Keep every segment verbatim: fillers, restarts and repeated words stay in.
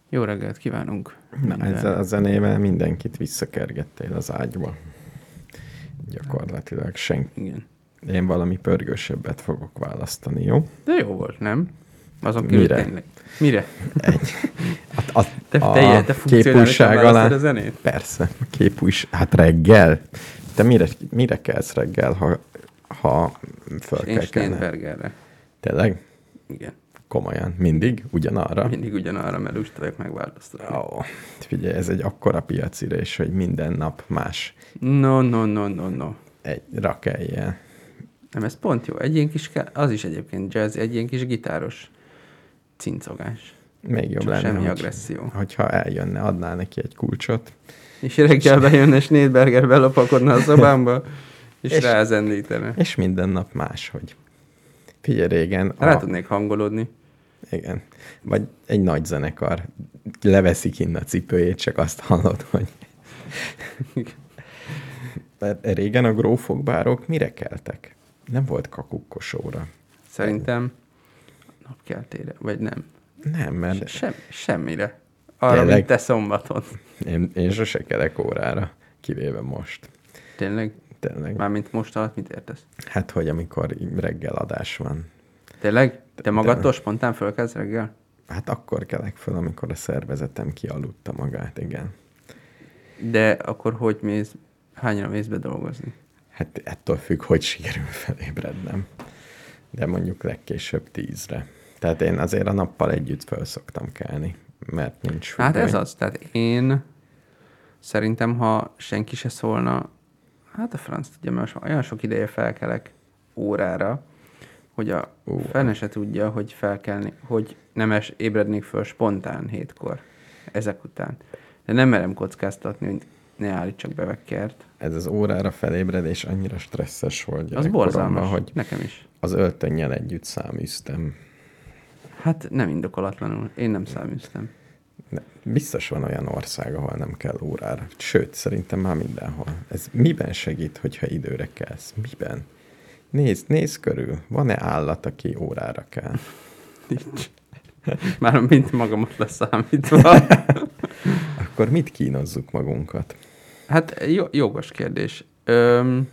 Jó reggelt kívánunk! Na, ezzel a zenével mindenkit visszakergettél az ágyba. Gyakorlatilag senki. Igen. Én valami pörgősebbet fogok választani, jó? De jó volt, nem? Azon kívül Mire? tényleg. Mire? Egy. A, a, Te, a te, te képújság alá... a zenét? Persze, képújság. Hát reggel. Te mire, mire kelsz reggel, ha, ha föl Én kell kelni? Steinbergerre. Tényleg? Igen. Komolyan. Mindig? Ugyanarra? Mindig ugyanarra, mert úgy vagyok megváltoztatni. Ó, figyelj, ez egy akkora piacirés, hogy minden nap más. No, no, no, no, no. Egy rakeljel. Nem, ez pont jó. Egy ilyen kis, az is egyébként jazz, egy ilyen kis gitáros cincogás. Még jobb Csak lenne, semmi hogy, agresszió. hogyha eljönne, adnál neki egy kulcsot. És reggel bejönne Schneidberger, belopakodna a szobámba, és, és rázendítene. És minden nap máshogy. Figyelj, régen... Rá a... tudnék hangolódni. Igen. Vagy egy nagy zenekar leveszik innen a cipőjét, csak azt hallod, hogy... Régen a grófokbárok mire keltek? Nem volt kakukkosóra. Szerintem napkeltére, vagy nem. Nem, mert... Sem, semmire. Arra, Tényleg? mint te szombaton. Én, én sose kelek órára, kivéve most. Tényleg? Tényleg. Mármint most alatt mit értesz? Hát, hogy amikor reggel adás van. Tényleg? Te magadtól Tényleg. spontán fölkezd reggel? Hát akkor kelek föl, amikor a szervezetem kialudta magát, igen. De akkor hogy mész, hányra mész be dolgozni? Hát ettől függ, hogy sikerül felébrednem. De mondjuk legkésőbb tízre. Tehát én azért a nappal együtt föl szoktam kelni, mert nincs függöny. Hát ez az. Tehát én szerintem, ha senki se szólna, hát a franc tudja, mert most olyan sok ideje felkelek órára, hogy a Ó. fene se tudja, hogy felkelni, hogy nem es, ébrednék föl spontán hétkor, ezek után. De nem merem kockáztatni, hogy ne állítsak be vekkert. Ez az órára felébredés annyira stresszes volt Az gyerekkoromban, borzalmas, hogy nekem is. az öltönnyel együtt száműztem. Hát nem indokolatlanul. Én nem száműztem. De biztos van olyan ország, ahol nem kell órára. Sőt, szerintem már mindenhol. Ez miben segít, hogyha időre kelsz? Miben? Nézd, nézd körül. Van-e állat, aki órára kell? Nincs. Már mint magamat leszámítva. Akkor mit kínozzuk magunkat? Hát jó- jogos kérdés. Öm,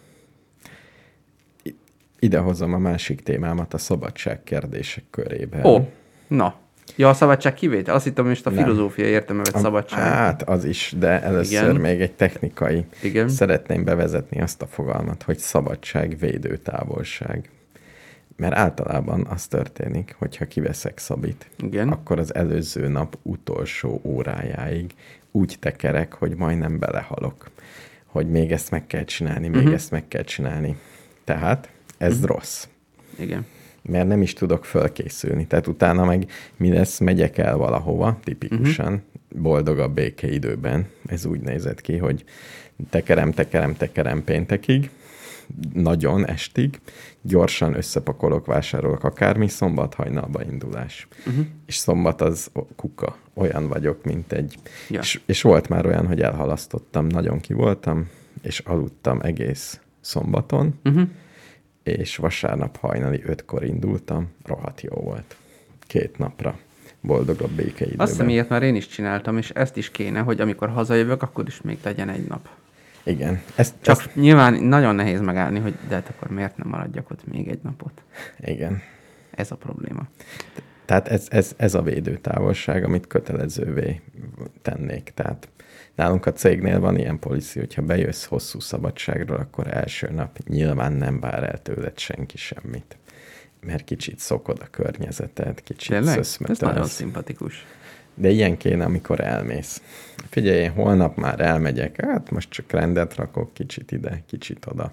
Idehozom a másik témámat a szabadság kérdések körébe. ó, na. Ja, a szabadság kivétel. Azt hittem, hogy most a Nem. filozófia értelmevet szabadság. Hát, az is, de először Igen. még egy technikai. Igen. Szeretném bevezetni azt a fogalmat, hogy szabadság, védőtávolság. Mert általában az történik, hogyha kiveszek Szabit, Igen. akkor az előző nap utolsó órájáig úgy tekerek, hogy majdnem belehalok. Hogy még ezt meg kell csinálni, még Mhm. ezt meg kell csinálni. Tehát ez Mhm. rossz. Igen. Mert nem is tudok fölkészülni. Tehát utána meg mi lesz, megyek el valahova, tipikusan, uh-huh. boldogabb békeidőben. Ez úgy nézett ki, hogy tekerem, tekerem, tekerem péntekig, nagyon estig, gyorsan összepakolok, vásárolok akármi, szombat hajnalba indulás. Uh-huh. És szombat az kuka. Olyan vagyok, mint egy... Ja. És, és volt már olyan, hogy elhalasztottam, nagyon ki voltam, és aludtam egész szombaton, Uh-huh. és vasárnap hajnali ötkor indultam, rohadt jó volt. Két napra. Boldogabb békeidőben. Azt hiszem, ilyet már én is csináltam, és ezt is kéne, hogy amikor hazajövök, akkor is még legyen egy nap. Igen. Ezt, Csak ezt, nyilván nagyon nehéz megállni, hogy de hát akkor miért nem maradjak ott még egy napot? igen. Ez a probléma. Tehát ez, ez, ez a védőtávolság, amit kötelezővé tennék. Tehát nálunk a cégnél van ilyen policy, hogyha bejössz hosszú szabadságról, akkor első nap nyilván nem vár el tőled senki semmit. Mert kicsit szokod a környezetet, kicsit Tényleg? Ez szöszmetelsz. nagyon szimpatikus. De ilyen kéne, amikor elmész. Figyelj, én holnap már elmegyek, hát most csak rendet rakok, kicsit ide, kicsit oda.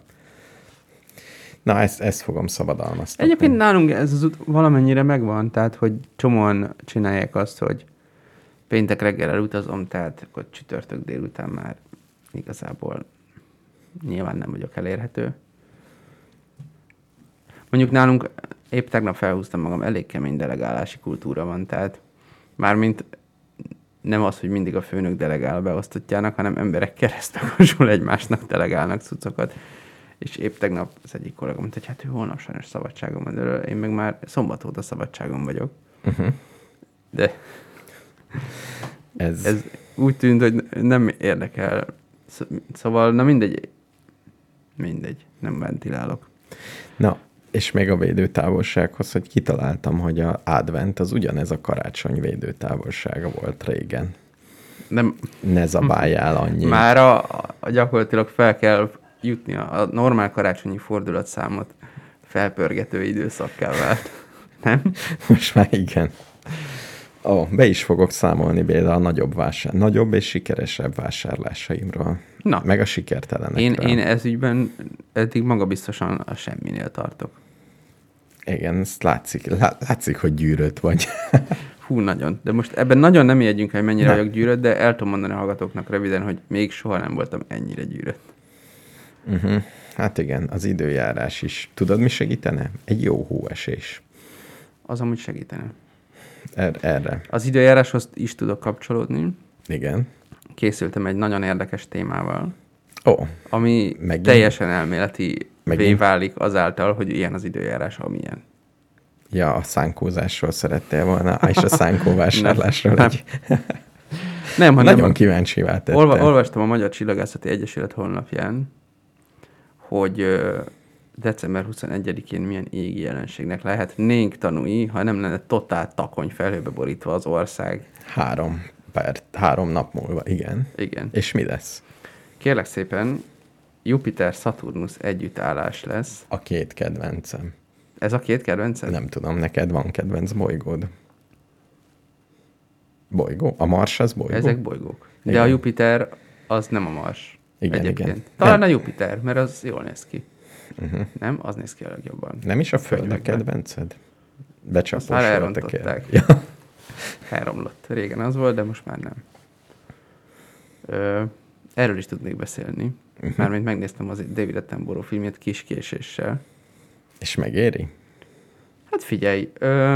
Na, ezt, ezt fogom szabadalmaztatni. Egyébként nálunk ez az ut- valamennyire megvan, tehát hogy csomóan csinálják azt, hogy péntek reggel elutazom, tehát akkor csütörtök délután már igazából nyilván nem vagyok elérhető. Mondjuk nálunk épp tegnap felhúztam magam, elég kemény delegálási kultúra van, tehát mármint nem az, hogy mindig a főnök delegál a beosztottjának, hanem emberek keresztbe egymásnak delegálnak cuccokat. És épp tegnap az egyik kollega mondta, hogy hát ő holnap sajnos szabadságom van, de én meg már szombat óta szabadságom vagyok. Uh-huh. De Ez... Ez úgy tűnt, hogy nem érdekel. Szóval, na mindegy. Mindegy, nem ventilálok. Na, és még a védőtávolsághoz, hogy kitaláltam, hogy a advent az ugyanez a karácsony védőtávolsága volt régen. Nem. Ne zabáljál annyi. Már a, a gyakorlatilag fel kell jutni a normál karácsonyi fordulatszámot felpörgető időszakká vált. Nem? Most már igen. Ó, oh, be is fogok számolni Béla a nagyobb vásár, nagyobb és sikeresebb vásárlásaimról. Na. Meg a sikertelenekről. Én, én ez ügyben eddig magabiztosan a semminél tartok. Igen, ezt látszik, látszik, hogy gyűrött vagy. Hú, nagyon. De most ebben nagyon nem jegyünk, hogy mennyire ne. vagyok gyűrött, de el tudom mondani a hallgatóknak röviden, hogy még soha nem voltam ennyire gyűrött. Uh-huh. Hát igen, az időjárás is. Tudod, mi segítene? Egy jó hóesés. Az amúgy segítene. Er- erre. Az időjáráshoz is tudok kapcsolódni. Igen. Készültem egy nagyon érdekes témával, Ó. Oh, ami megint? teljesen elméleti Megint? válik azáltal, hogy ilyen az időjárás, amilyen. Ja, a szánkózásról szerettél volna, és a szánkóvásárlásról. nem, egy... nem, hanem Nagyon kíváncsivá tettem. Olva, olvastam a Magyar Csillagászati Egyesület honlapján, hogy december huszonegyedikén milyen égi jelenségnek lehetnénk tanulni, ha nem lenne totál takony felhőbe borítva az ország. Három, per, három nap múlva, igen. Igen. És mi lesz? Kérlek szépen, Jupiter-Szaturnusz együttállás lesz. A két kedvencem. Ez a két kedvenced? Nem tudom, neked van kedvenc bolygód? Bolygó? A Mars az bolygó? Ezek bolygók. De Igen. a Jupiter az nem a Mars. Igen, egyébként. igen. Talán Nem. a Jupiter, mert az jól néz ki. Uh-huh. Nem? Az néz ki a legjobban. Nem is a Föld a Földekben. kedvenced? Becsapós Azt már volt a kérdés. elrontották. Ja. Elromlott. Régen az volt, de most már nem. Ö, erről is tudnék beszélni. Uh-huh. Mármint megnéztem az David Attenborough filmjét kis késéssel. És megéri? Hát figyelj, ö,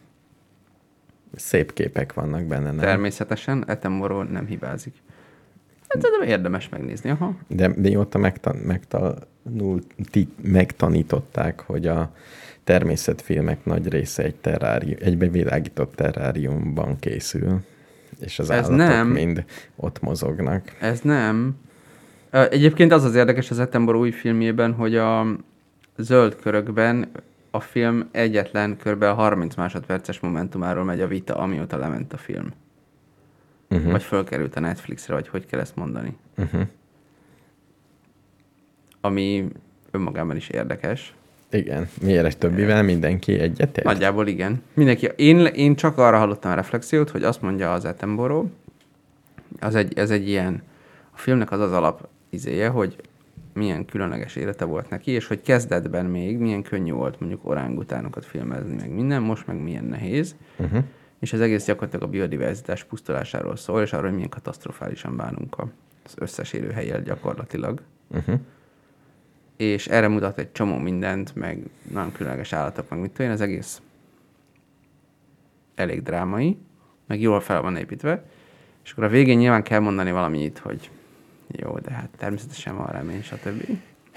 Szép képek vannak benne, nem? természetesen Attenborough nem hibázik. Hát de érdemes megnézni, aha. De mióta megtan- megtanult, ti- megtanították, hogy a természetfilmek nagy része egy, terrárium, egy bevilágított terráriumban készül, és az Ez állatok nem. mind ott mozognak. Ez nem. Ö, Egyébként az az érdekes az Attenborough új filmjében, hogy a zöld körökben a film egyetlen kb. harminc másodperces momentumáról megy a vita, amióta lement a film. Uh-huh. Vagy fölkerült a Netflixre, vagy hogy kell ezt mondani. Uh-huh. Ami önmagában is érdekes. Igen. Miért többivel mindenki egyetért? Nagyjából igen. Mindenki, én, én csak arra hallottam a reflexiót, hogy azt mondja az Attenborough, az egy, ez egy ilyen, a filmnek az az alap izéje, hogy milyen különleges élete volt neki, és hogy kezdetben még milyen könnyű volt mondjuk orángutánokat filmezni, meg minden, most meg milyen nehéz. Uh-huh. És az egész gyakorlatilag a biodiverzitás pusztulásáról szól, és arról, hogy milyen katasztrofálisan bánunk az összes élőhellyel gyakorlatilag. Uh-huh. És erre mutat egy csomó mindent, meg nagyon különleges állatok, meg mit tudom én, az egész elég drámai, meg jól fel van építve, és akkor a végén nyilván kell mondani valamit, hogy jó, de hát természetesen van remény, stb.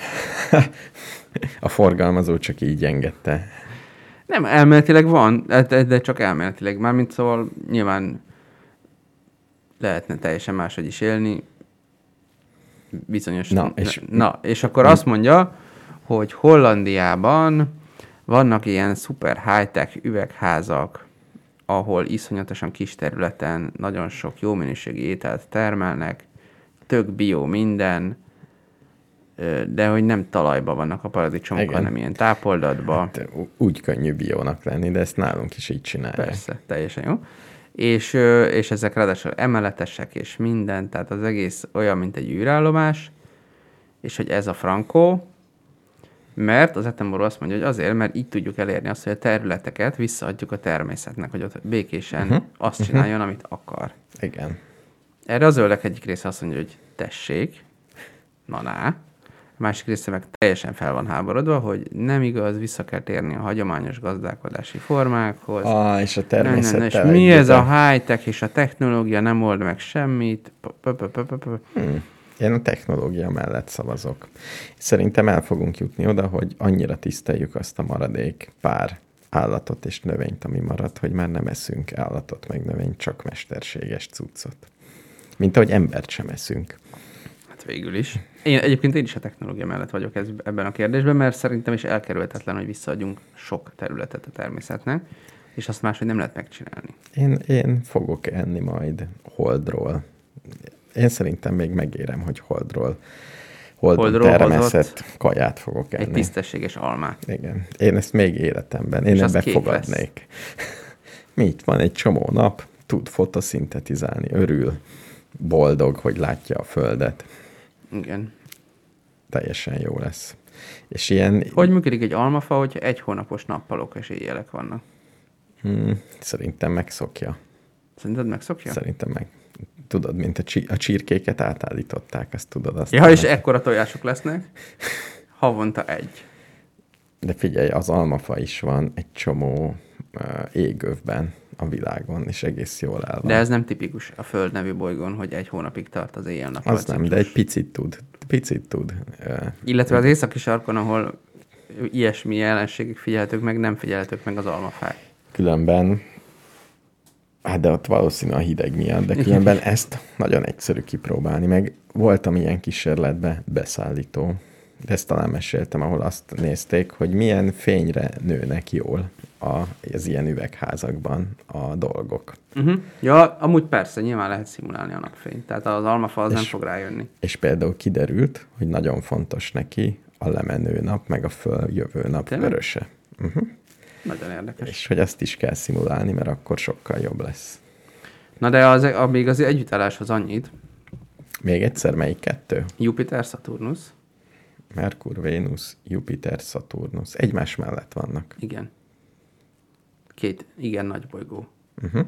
A forgalmazó csak így engedte. Nem, elméletileg van, de, de csak elméletileg. Mármint szóval nyilván lehetne teljesen máshogy is élni. Bizonyos... Na, és, Na, és akkor azt mondja, hogy Hollandiában vannak ilyen szuper high-tech üvegházak, ahol iszonyatosan kis területen nagyon sok jó minőségi ételt termelnek, tök bio minden, de hogy nem talajban vannak a paradicsomok, igen, hanem ilyen tápoldatban. Hát, úgy könnyű biónak lenni, de ezt nálunk is így csinálják. Persze, teljesen jó. És, és ezek ráadásul emeletesek és minden, tehát az egész olyan, mint egy űrállomás, és hogy ez a frankó, mert az Attenborough azt mondja, hogy azért, mert így tudjuk elérni azt, hogy a területeket visszaadjuk a természetnek, hogy ott békésen uh-huh. azt csináljon, uh-huh. amit akar. Igen. Erre a zöldek egyik része azt mondja, hogy tessék, na ná. A másik része meg teljesen fel van háborodva, hogy nem igaz, vissza kell térni a hagyományos gazdálkodási formákhoz. Ah, és a természettel. És mi ez a high-tech és a technológia nem old meg semmit. Hmm. Én a technológia mellett szavazok. Szerintem el fogunk jutni oda, hogy annyira tiszteljük azt a maradék pár állatot és növényt, ami maradt, hogy már nem eszünk állatot, meg növényt, csak mesterséges cuccot. Mint ahogy embert sem eszünk. Hát végül is. Én egyébként én is a technológia mellett vagyok ez, ebben a kérdésben, mert szerintem is elkerülhetetlen, hogy visszaadjunk sok területet a természetnek, és azt máshogy nem lehet megcsinálni. Én, én fogok enni majd holdról. Én szerintem még megérem, hogy holdról, holdon Holdról termesztett hozott kaját fogok enni. egy tisztességes almát. Igen. Én ezt még életemben. Én És az ebbe kék fogadnék. Mi itt van egy csomó nap, tud fotoszintetizálni, örül, boldog, hogy látja a földet. Igen. Teljesen jó lesz. És ilyen... Hogy működik egy almafa, hogyha egy hónapos nappalok és éjjelek vannak? Hmm, szerintem megszokja. Szerinted megszokja? Szerintem meg. Tudod, mint a, csi- a csirkéket átállították, azt tudod. Azt Ja, és ekkora tojások lesznek? Havonta egy. De figyelj, az almafa is van egy csomó uh, égövben a világon, és egész jól el van. De ez nem tipikus a Föld nevű bolygón, hogy egy hónapig tart az éjjel-nappal Az nem, de egy picit tud. Picit tud. Uh, Illetve az északi sarkon, ahol ilyesmi jelenségek figyelhetők meg, nem figyelhetők meg az almafák. Különben, hát de ott valószínű a hideg miatt, de különben ezt nagyon egyszerű kipróbálni, meg voltam ilyen kísérletbe beszállító, de ezt talán meséltem, ahol azt nézték, hogy milyen fényre nőnek jól a, az ilyen üvegházakban a dolgok. Uh-huh. Ja, amúgy persze, nyilván lehet szimulálni a napfényt, tehát az almafa az és, nem fog rájönni. És például kiderült, hogy nagyon fontos neki a lemenő nap, meg a följövő nap Tényleg? vöröse. Uh-huh. Nagyon érdekes. És hogy ezt is kell szimulálni, mert akkor sokkal jobb lesz. Na de az, a, még az együttálláshoz annyit. Még egyszer, melyik kettő? Jupiter, Saturnus. Merkur, Vénusz, Jupiter, Saturnus. Egymás mellett vannak. Igen. Két igen nagy bolygó. Uh-huh.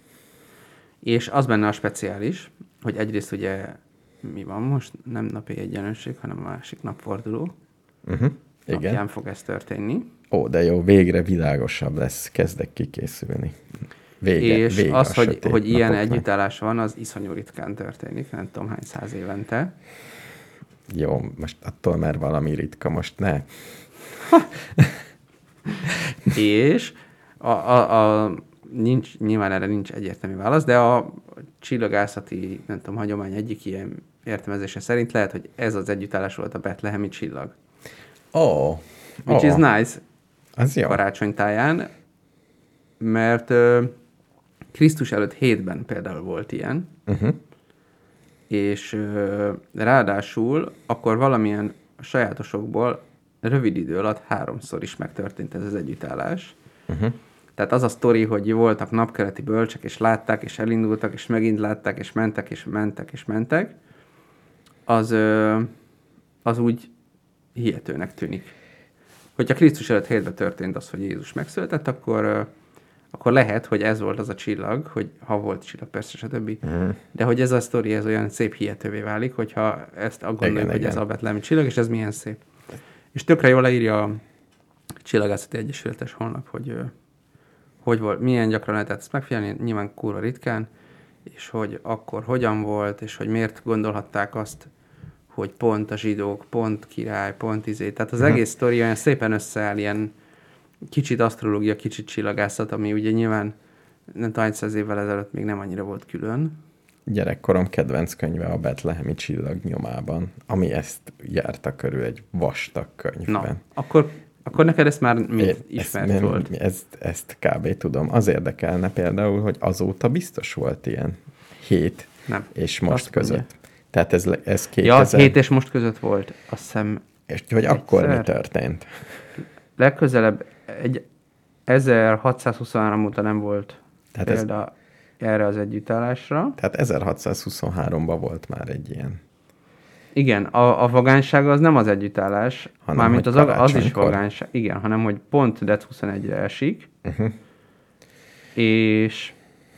És az benne a speciális, hogy egyrészt ugye mi van most? Nem napi egyenlőség, hanem a másik napforduló. Uh-huh. Igen. Napján fog ez történni. Ó, de jó, végre világosabb lesz. Kezdek kikészülni. Vége, és vége az, hogy, hogy ilyen napoknak. együttállás van, az iszonyú ritkán történik, nem tudom hány száz évente. Jó, most attól, mert valami ritka, most ne. És a, a, a, nincs, nyilván erre nincs egyértelmű válasz, de a csillagászati, nem tudom, hagyomány egyik ilyen értelmezése szerint lehet, hogy ez az együttállás volt a betlehemi csillag. Oh, Which oh. is nice. Az jó. Karácsonytáján, mert ö, Krisztus előtt hétben például volt ilyen, Uh-huh. és ö, ráadásul akkor valamilyen sajátosokból rövid idő alatt háromszor is megtörtént ez az együttállás. Uh-huh. Tehát az a sztori, hogy voltak napkeleti bölcsek, és látták, és elindultak, és megint látták, és mentek, és mentek, és mentek, az, ö, az úgy hihetőnek tűnik. Hogyha Krisztus előtt hétben történt az, hogy Jézus megszületett, akkor, ö, akkor lehet, hogy ez volt az a csillag, hogy ha volt csillag, persze, stb. Mm. De hogy ez a sztori, ez olyan szép hihetővé válik, hogyha ezt gondoljuk, igen, hogy igen. ez a betlehemi csillag, és ez milyen szép. És tökre jól leírja a Csillagászati Egyesületes honlap, hogy, ö, hogy volt, milyen gyakran lehetett ezt megfigyelni, nyilván kurva ritkán, és hogy akkor hogyan volt, és hogy miért gondolhatták azt, hogy pont a zsidók, pont király, pont izé. Tehát az Mhm. egész sztori olyan szépen összeáll, ilyen kicsit asztrológia, kicsit csillagászat, ami ugye nyilván nem tudom, száz évvel ezelőtt még nem annyira volt külön. Gyerekkorom kedvenc könyve a Betlehemi csillag nyomában, ami ezt járta körül egy vastag könyvben. Na, akkor, akkor neked ezt már mind É, ismert ezt, volt. Ezt, ezt kb. Tudom. Az érdekelne például, hogy azóta biztos volt ilyen hét Nem. és most Azt között. mondja. Tehát ez, le- ez Ja, kétezer... hét és most között volt. Azt hiszem És hogy akkor mi egyszer. történt? legközelebb egy ezerhatszázhuszonhárom óta nem volt Tehát ez- példa erre az együttállásra. Tehát ezerhatszázhuszonháromban volt már egy ilyen. Igen, a, a vagányság az nem az együttállás, Hanem, mármint hogy az, az is karácsonykor. vagányság, igen, hanem hogy pont dec huszonegyre esik, Uh-huh. és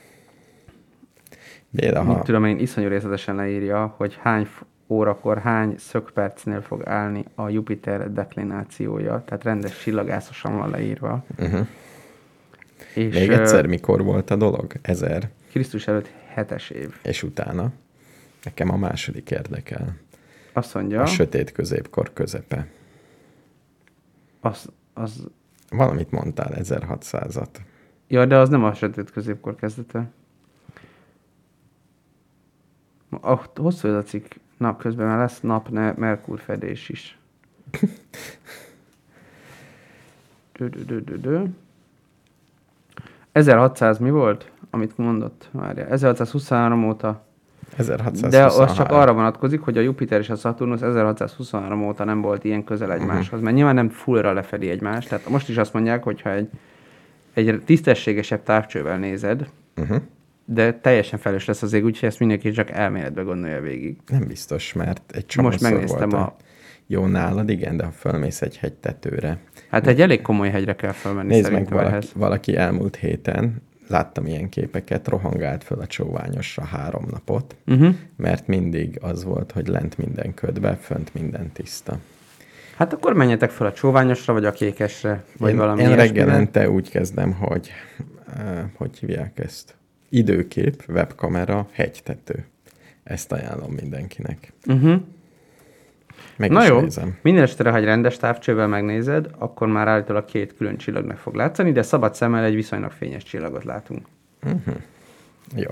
Béla, mit ha... tudom én, iszonyú részletesen leírja, hogy hány f- órakor, hány szögpercnél fog állni a Jupiter deklinációja, tehát rendes csillagászosan van leírva. Uh-huh. És Még ö, egyszer mikor volt a dolog? Ezer, Krisztus előtt hetes év. és utána? Nekem a második érdekel. Azt mondja, A sötét középkor közepe. az, az Valamit mondtál, ezerhatszázat. Ja, de az nem a sötét középkor kezdete. Ah, hosszú ez a cikk. Napközben már lesz nap, ne, Merkur fedés is. Dö, dö, dö, dö, dö. ezerhatszáz mi volt, amit mondott? Várja, ezerhatszázhuszonhárom óta. ezerhatszázhuszonhárom. De az csak arra vonatkozik, hogy a Jupiter és a Saturnus ezerhatszázhuszonhárom óta nem volt ilyen közel egymáshoz. Uh-huh. Mert nyilván nem fullra lefedi egymást. Tehát most is azt mondják, hogy ha egy, egy tisztességesebb távcsővel nézed, uh-huh. de teljesen felős lesz az ég, úgyhogy ezt mindenki csak elméletbe gondolja végig. Nem biztos, mert egy csomószor most megnéztem volt a... Jó nálad, igen, de ha fölmész egy hegytetőre. Hát egy elég komoly hegyre kell fölmenni. Nézd meg, valaki, valaki elmúlt héten, láttam ilyen képeket, rohangált föl a Csóványosra három napot, uh-huh. mert mindig az volt, hogy lent minden ködbe, fönt minden tiszta. Hát akkor menjetek fel a Csóványosra, vagy a Kékesre, vagy én, valami Én reggelente úgy kezdem, hogy uh, hogy hívják ezt? Időkép, webkamera, hegytető. Ezt ajánlom mindenkinek. Uh-huh. Meg Na is jó, nézem. minden esetre, ha egy rendes távcsővel megnézed, akkor már állítólag két külön csillagnak fog látszani, de szabad szemmel egy viszonylag fényes csillagot látunk. Uh-huh. Jó.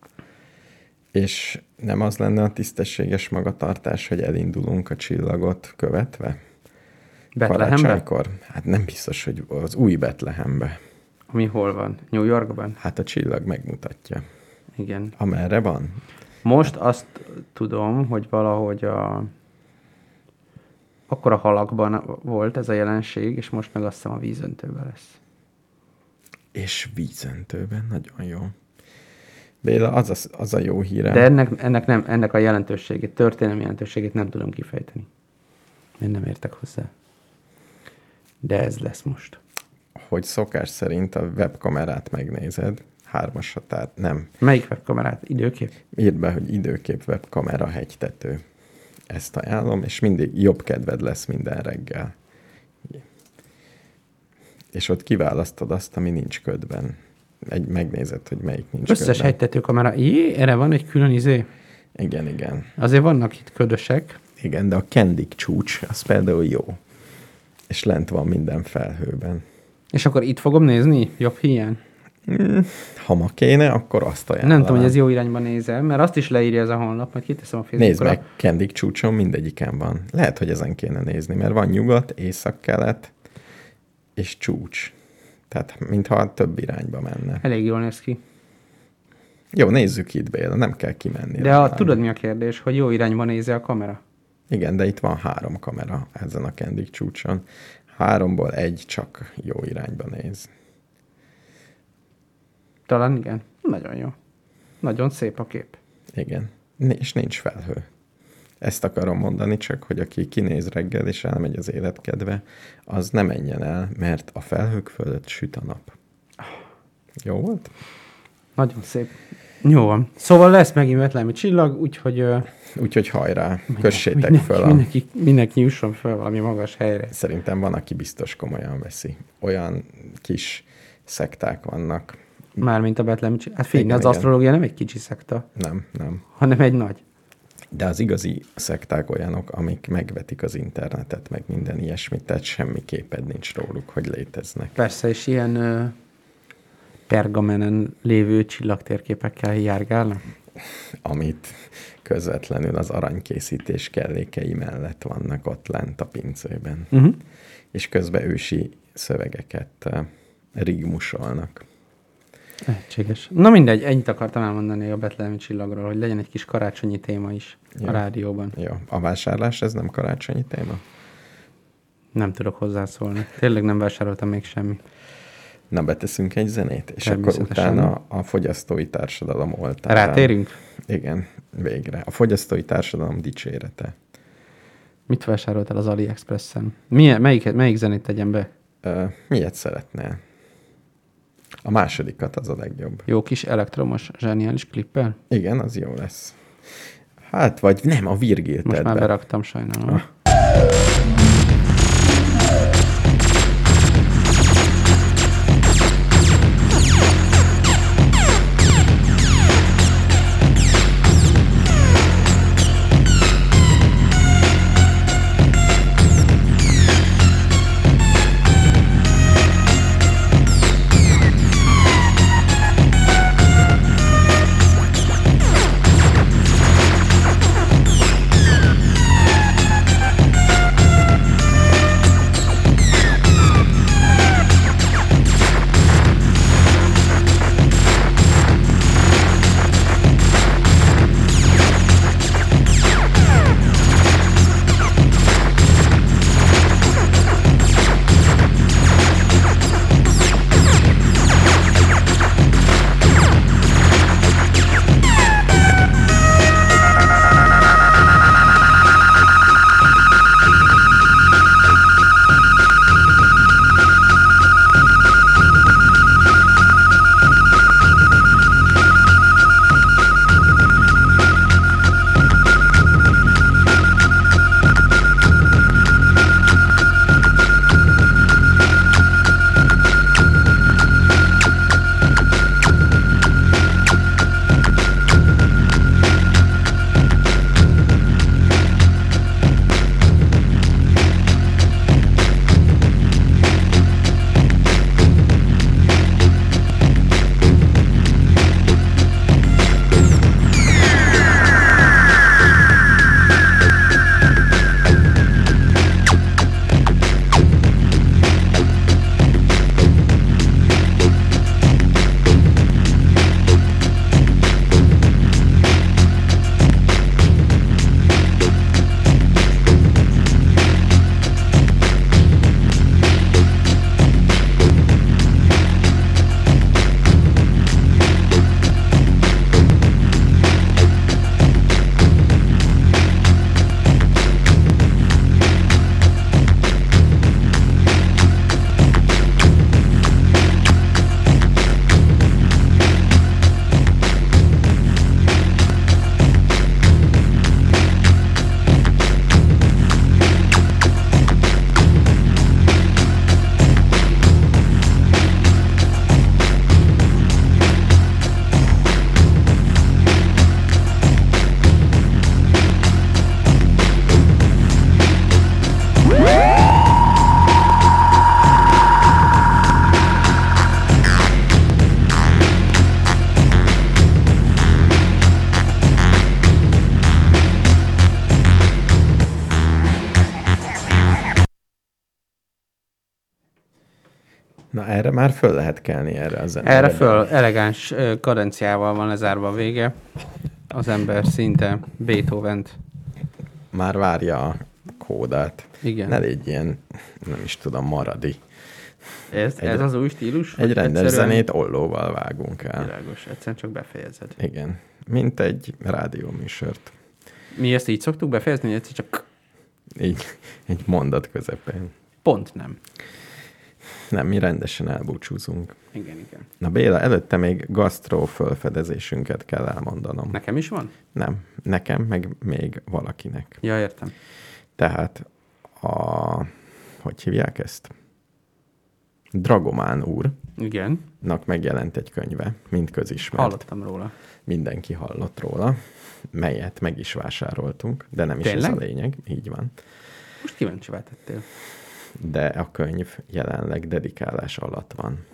És nem az lenne a tisztességes magatartás, hogy elindulunk a csillagot követve? Betlehembe? Karácsonykor? Hát nem biztos, hogy az új Betlehembe. Ami hol van? New Yorkban? Hát a csillag megmutatja. Igen. Amerre van? Most azt tudom, hogy valahogy a... akkor a halakban volt ez a jelenség, és most meg azt hiszem a vízöntőben lesz. És vízöntőben? Nagyon jó. Béla, az a, az a jó híre. De ennek, ennek, nem, ennek a jelentőségét, történelmi jelentőségét nem tudom kifejteni. Én nem értek hozzá. De ez lesz most. Hogy szokás szerint a webkamerát megnézed, hármas határ, nem. Melyik webkamerát? Időkép? Írd be, hogy időkép, webkamera, hegytető. Ezt ajánlom, és mindig jobb kedved lesz minden reggel. És ott kiválasztod azt, ami nincs ködben. Egy, megnézed, hogy melyik nincs Összes ködben. hegytető kamera. Jé, erre van egy külön izé? Igen, igen. Azért vannak itt ködösek. Igen, de a Kendik csúcs, az például jó. És lent van minden felhőben. És akkor itt fogom nézni? Jobb hiány? Mm, ha ma kéne, akkor azt ajánlom. Nem tudom, hogy ez jó irányba nézel, mert azt is leírja ez a honlap, majd kiteszem a Facebookra. Nézd meg, Kendik csúcson mindegyiken van. Lehet, hogy ezen kéne nézni, mert van nyugat, észak-kelet és csúcs. Tehát, mintha több irányba menne. Elég jól néz ki. Jó, nézzük itt, Béla, nem kell kimenni. De a, tudod, mi a kérdés, hogy jó irányba nézi a kamera? Igen, de itt van három kamera ezen a Kendik csúcson. Háromból egy csak jó irányba néz. Talán igen. Nagyon jó. Nagyon szép a kép. Igen. És nincs felhő. Ezt akarom mondani, csak hogy aki kinéz reggel és elmegy az életkedve, az ne menjen el, mert a felhők fölött süt a nap. Jó volt? Nagyon szép. Jó van. Szóval lesz megint betlehemi csillag, úgyhogy... Uh, úgyhogy hajrá, kössétek mindenki, föl. A... Mindenki, mindenki jusson fel valami magas helyre. Szerintem van, aki biztos komolyan veszi. Olyan kis szekták vannak. Mármint a betlehemi csillag. Hát figyelj, az igen. Asztrológia nem egy kicsi szekta. Nem, nem. Hanem egy nagy. De az igazi szekták olyanok, amik megvetik az internetet, meg minden ilyesmit, tehát semmi képed nincs róluk, hogy léteznek. Persze, és ilyen uh, pergamenen lévő csillagtérképekkel járgálnak? Amit közvetlenül az aranykészítés kellékei mellett vannak ott lent a pincében. Uh-huh. És közben ősi szövegeket uh, rigmusolnak. Lehetséges. Na mindegy, ennyit akartam elmondani a betlehemi csillagról, hogy legyen egy kis karácsonyi téma is jó. A rádióban. Jó. A vásárlás, ez nem karácsonyi téma? Nem tudok hozzászólni. Tényleg nem vásároltam még semmi. Na, beteszünk egy zenét, és akkor utána a fogyasztói társadalom oltárán. Rátérünk? Igen, végre. A fogyasztói társadalom dicsérete. Mit vásároltál az AliExpressen? Milyen, melyik, melyik zenét tegyem be? Uh, miért szeretnél? A másodikat az a legjobb. Jó kis elektromos, zseniális klippel? Igen, az jó lesz. Hát, vagy nem, a Virgilt. Most már be. beraktam, sajnálom. Ah. Na erre már föl lehet kelni erre az emberre. Erre föl elegáns ö, kadenciával van lezárva a vége. Az ember szinte Beethovent. Már várja a kódát. Igen. Ne légy ilyen, nem is tudom, maradi. Ez, egy, ez az új stílus? Egy rendes zenét ollóval vágunk el. Világos, egyszerűen csak befejezed. Igen, mint egy rádióműsort. Mi ezt így szoktuk befejezni, hogy egyszer csak... Így, egy mondat közepén. Pont nem. Nem, mi rendesen elbúcsúzunk. Igen, igen. Na Béla, előtte még gasztró fölfedezésünket kell elmondanom. Nekem is van? Nem, nekem, meg még valakinek. Ja, értem. Tehát a... Hogy hívják ezt? Dragomán úr. Igen. Nak megjelent egy könyve, mind közismert. Hallottam róla. Mindenki hallott róla, melyet meg is vásároltunk, de nem is Tényleg? ez a lényeg, így van. Most kíváncsivá tettél. De a könyv jelenleg dedikálás alatt van.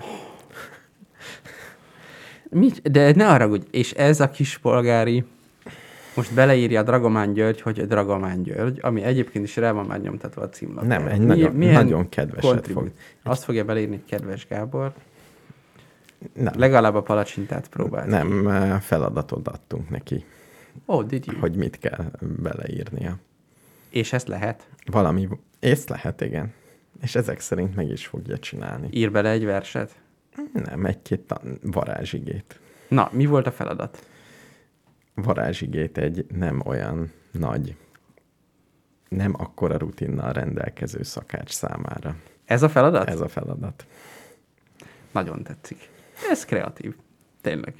Mit? De ne haragudj, és ez a kispolgári, most beleírja a Dragomán György, hogy Dragomán György, ami egyébként is rá van már nyomtatva a címlapra. Nem, egy nagyon, nagyon kedveset fog. Azt fogja beleírni, hogy kedves Gábor. Nem. Legalább a palacsintát próbált. Nem, feladatot adtunk neki. Oh, did you? Hogy mit kell beleírnia. És ezt lehet? Valami, ezt lehet, igen. És ezek szerint meg is fogja csinálni. Ír bele egy verset? Nem, egy-két tan- varázsigét. Na, mi volt a feladat? Varázsigét egy nem olyan nagy, nem akkora rutinnal rendelkező szakács számára. Ez a feladat? Ez a feladat. Nagyon tetszik. Ez kreatív. Tényleg.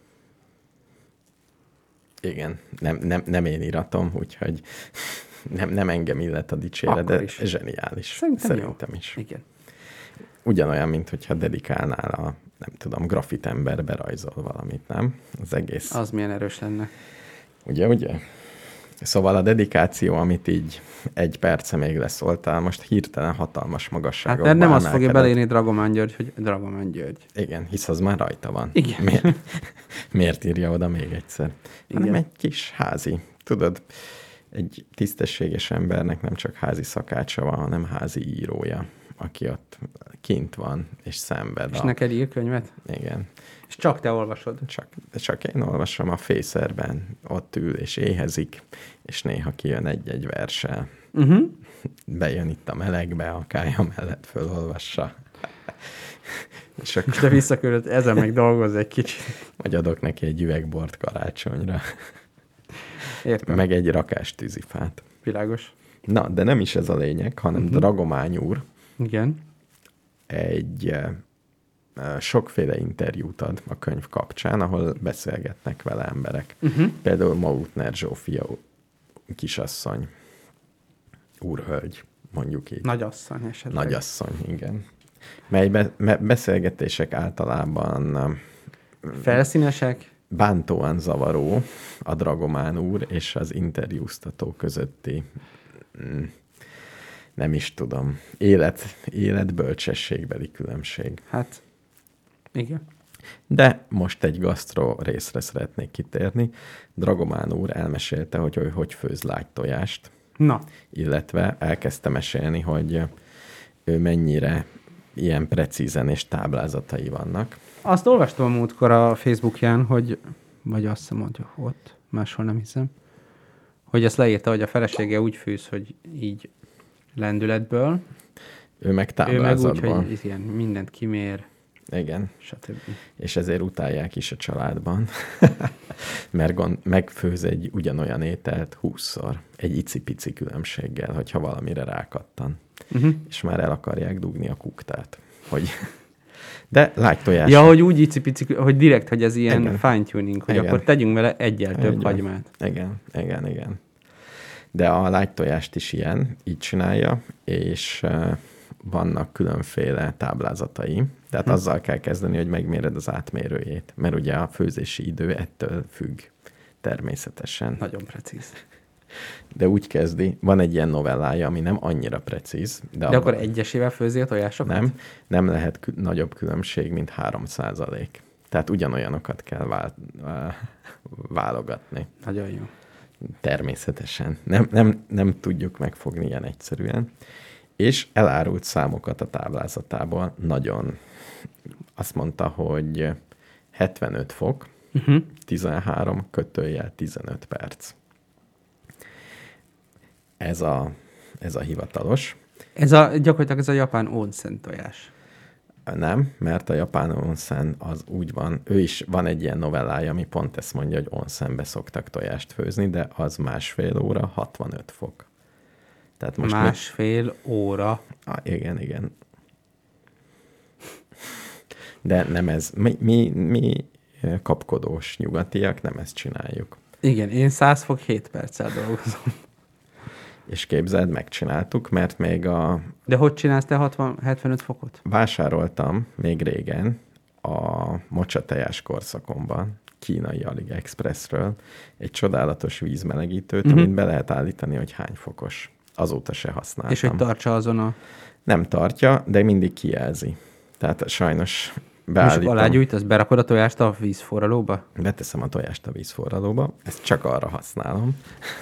Igen, nem, nem, nem én íratom, úgyhogy nem, nem engem illet a dicséret, Akkor de is. zseniális. Szerintem, Szerintem jó. is. Igen. Ugyanolyan, mint hogyha dedikálnál a, nem tudom, grafitember berajzol valamit, nem? Az egész. Az milyen erős lenne. Ugye, ugye? Szóval a dedikáció, amit így egy perce még leszóltál, most hirtelen hatalmas Hát magasságokba mert nem azt fogja emelkedett. beleírni Dragomán György, hogy Dragomán György. Igen, hisz az már rajta van. Igen. Miért, miért írja oda még egyszer? Igen. Hanem egy kis házi. Tudod, egy tisztességes embernek nem csak házi szakácsa van, hanem házi írója, aki ott kint van, és szenved. És a... neked ír könyvet? Igen. És csak te olvasod? Csak, csak én olvasom a fészerben, ott ül és éhezik, és néha kijön egy-egy verssel. Uh-huh. Bejön itt a melegbe, a kája mellett fölolvassa. És akkor És te visszaküldöd, ezen meg dolgozz egy kicsit. vagy adok neki egy üvegbort karácsonyra. Értem. Meg egy rakás tűzifát. Világos. Na, de nem is ez a lényeg, hanem Uh-huh. Dragomány úr Igen. egy e, e, sokféle interjút ad a könyv kapcsán, ahol beszélgetnek vele emberek. Uh-huh. Például Mautner Zsófia kisasszony, úrhölgy, mondjuk így. Nagyasszony esetleg. Nagyasszony, igen. Mely be, me, beszélgetések általában um, Felszínesek? bántóan zavaró a Dragomán úr és az interjúztató közötti mm, nem is tudom, élet, életbölcsességbeli különbség. Hát, igen. De most egy gasztro részre szeretnék kitérni. Dragomán úr elmesélte, hogy ő hogy főz lágytojást, Na, illetve elkezdte mesélni, hogy ő mennyire ilyen precízen és táblázatai vannak. azt olvastam a múltkor a Facebookján, hogy, vagy azt hiszem, hogy ott, máshol nem hiszem, hogy ezt leírta, hogy a felesége úgy fűz, hogy így lendületből, Ő meg ő meg táblázatban. úgy, hogy ilyen mindent kimér, Igen, stb. és ezért utálják is a családban, mert gond, megfőz egy ugyanolyan ételt húszszor, egy icipici különbséggel, hogyha valamire rákattan. Uh-huh. És már el akarják dugni a kuktát. Hogy... De lágytojás. Ja, hogy úgy icipici, hogy direkt, hogy ez ilyen Igen. fine-tuning, hogy Igen. akkor tegyünk vele egyel több Egy- hagymát. Igen, igen, igen. De a lágytojást is ilyen, így csinálja, és uh, vannak különféle táblázatai. Tehát Hm. azzal kell kezdeni, hogy megméred az átmérőjét, mert ugye a főzési idő ettől függ természetesen. Nagyon precíz. De úgy kezdi, van egy ilyen novellája, ami nem annyira precíz. De, De abban akkor egyesével főzi a tojásokat? nem, nem lehet kü- nagyobb különbség, mint három százalék. Tehát ugyanolyanokat kell vál- vá- válogatni. Nagyon jó. Természetesen. Nem, nem, nem tudjuk megfogni ilyen egyszerűen. És elárult számokat a táblázatából. Nagyon azt mondta, hogy hetvenöt fok, uh-huh. tizenhárom kötőjel tizenöt perc. Ez a, ez a hivatalos. Ez a, gyakorlatilag ez a japán onsen tojás. Nem, mert a japán onsen az úgy van, ő is van egy ilyen novellája, ami pont ezt mondja, hogy onsenbe szoktak tojást főzni, de az másfél óra, hatvanöt fok. Tehát most másfél mi... óra. Ah, igen, igen. De nem ez. Mi, mi, mi kapkodós nyugatiak nem ezt csináljuk. Igen, én száz fok hét perccel dolgozom. És képzeld, megcsináltuk, mert még a... De hogy csinálsz te hatvan, hetvenöt fokot? Vásároltam még régen a mocsatejás korszakomban, kínai AliExpressről egy csodálatos vízmelegítőt, uh-huh. amit be lehet állítani, hogy hány fokos. Azóta se használtam. És hogy tartsa azon a... Nem tartja, de mindig kijelzi. Tehát sajnos beállítom. És alágyújtasz, berakod a tojást a vízforralóba? Beteszem a tojást a vízforralóba, ezt csak arra használom.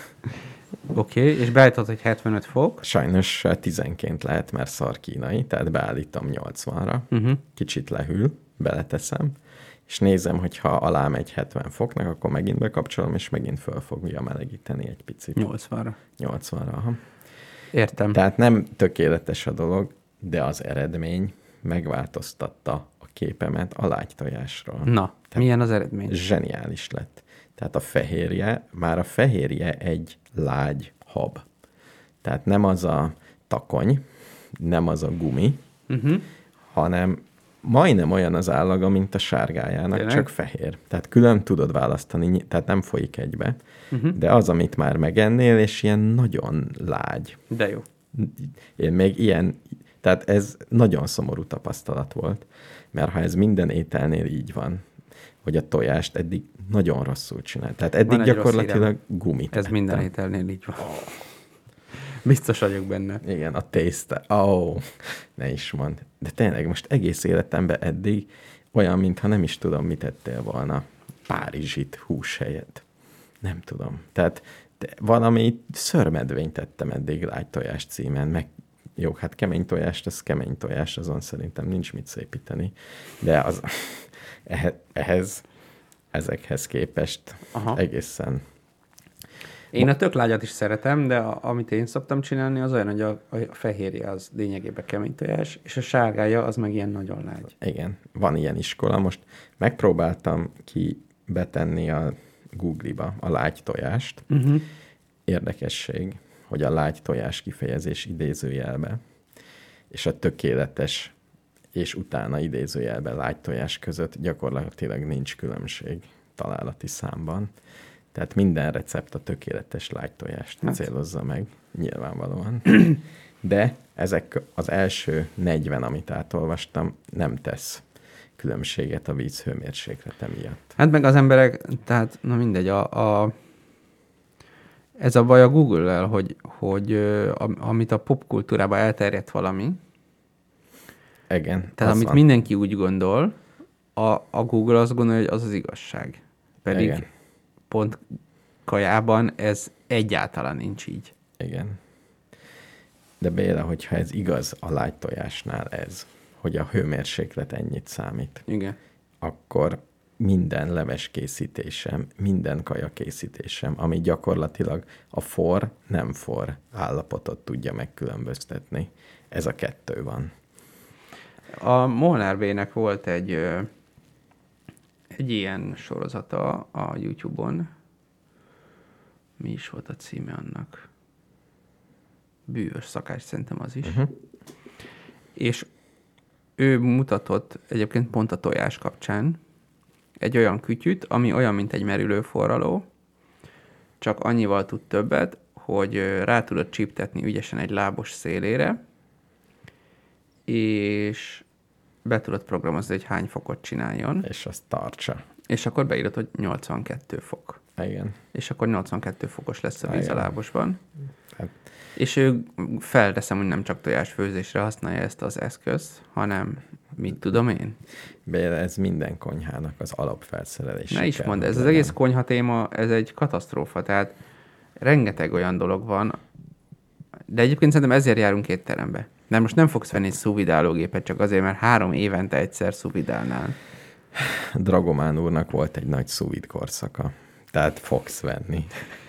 Oké, okay, és beállítod, hogy hetvenöt fok? Sajnos tízenként lehet, mert szar kínai, tehát beállítom nyolcvanra, uh-huh. kicsit lehűl, beleteszem, és nézem, hogyha alá megy hetven foknak, akkor megint bekapcsolom, és megint föl fogja melegíteni egy picit. nyolcvanra. nyolcvanra, aha. Értem. Tehát nem tökéletes a dolog, de az eredmény megváltoztatta a képemet a lágytojásról. Na, tehát milyen az eredmény? Zseniális lett. Tehát a fehérje, már a fehérje egy lágy hab. Tehát nem az a takony, nem az a gumi, uh-huh. hanem majdnem olyan az állaga, mint a sárgájának, tényleg? Csak fehér. Tehát külön tudod választani, tehát nem folyik egybe, uh-huh. de az, amit már megennél, és ilyen nagyon lágy. De jó. Én még ilyen, tehát ez nagyon szomorú tapasztalat volt, mert ha ez minden ételnél így van, hogy a tojást eddig nagyon rosszul csinál. Tehát eddig gyakorlatilag gumit Ez ettem. minden ételnél így van. Oh. Biztos vagyok benne. Igen, a tészta. Ó, oh, ne is mondd. De tényleg most egész életemben eddig olyan, mintha nem is tudom, mit ettél volna. Párizsit hús helyett. Nem tudom. Tehát valami szörmedvényt tettem eddig lágytojás címen, meg jó, hát kemény tojást, az kemény tojás, azon szerintem nincs mit szépíteni. De az ehhez, ezekhez képest Aha. egészen... Én a tök lágyat is szeretem, de a, amit én szoktam csinálni, az olyan, hogy a, a fehérje az lényegében kemény tojás, és a sárgája az meg ilyen nagyon lágy. Igen, van ilyen iskola. Most megpróbáltam ki betenni a Google-ba a lágy tojást. Uh-huh. Érdekesség, hogy a lágy tojás kifejezés idézőjelbe, és a tökéletes és utána idézőjelben lágy tojás között gyakorlatilag nincs különbség találati számban. Tehát minden recept a tökéletes lágytojást hát. célozza meg, nyilvánvalóan. De ezek az első negyven, amit átolvastam, nem tesz különbséget a víz hőmérséklete miatt. Hát meg az emberek, tehát na mindegy, a, a, ez a baj a Google-lel, hogy, hogy a, amit a popkultúrában elterjedt valami, igen, tehát amit van. mindenki úgy gondol, a, a Google azt gondolja, hogy az az igazság. Pedig igen. Pont kajában ez egyáltalán nincs így. Igen. De Béla, hogyha ez igaz a lágytojásnál ez, hogy a hőmérséklet ennyit számít, igen. akkor minden leves készítésem, minden kaja készítésem, ami gyakorlatilag a for, nem for állapotot tudja megkülönböztetni. Ez a kettő van. A Molnár B-nek volt egy, egy ilyen sorozata a YouTube-on. Mi is volt a címe annak? Bűvös szakás, szerintem az is. Uh-huh. És ő mutatott egyébként pont a tojás kapcsán egy olyan kütyüt, ami olyan, mint egy merülőforraló, csak annyival tud többet, hogy rá tudod csíptetni ügyesen egy lábos szélére, és be tudod programozni, hogy hány fokot csináljon. És azt tartsa. És akkor beírod, hogy nyolcvankettő fok. Igen. És akkor nyolcvankettő fokos lesz a víz igen. a lábosban. Hát. És ő felteszem, hogy nem csak tojásfőzésre használja ezt az eszközt, hanem mit tudom én? Béla, ez minden konyhának az alapfelszerelés. Ne is mondd, ez az egész konyha téma, ez egy katasztrófa, tehát rengeteg olyan dolog van, De egyébként szerintem ezért járunk étterembe. Mert most nem fogsz venni egy szuvidálógépet, csak azért, mert három évente egyszer szuvidálnál. Dragomán úrnak volt egy nagy szuvid korszaka. Tehát fogsz venni.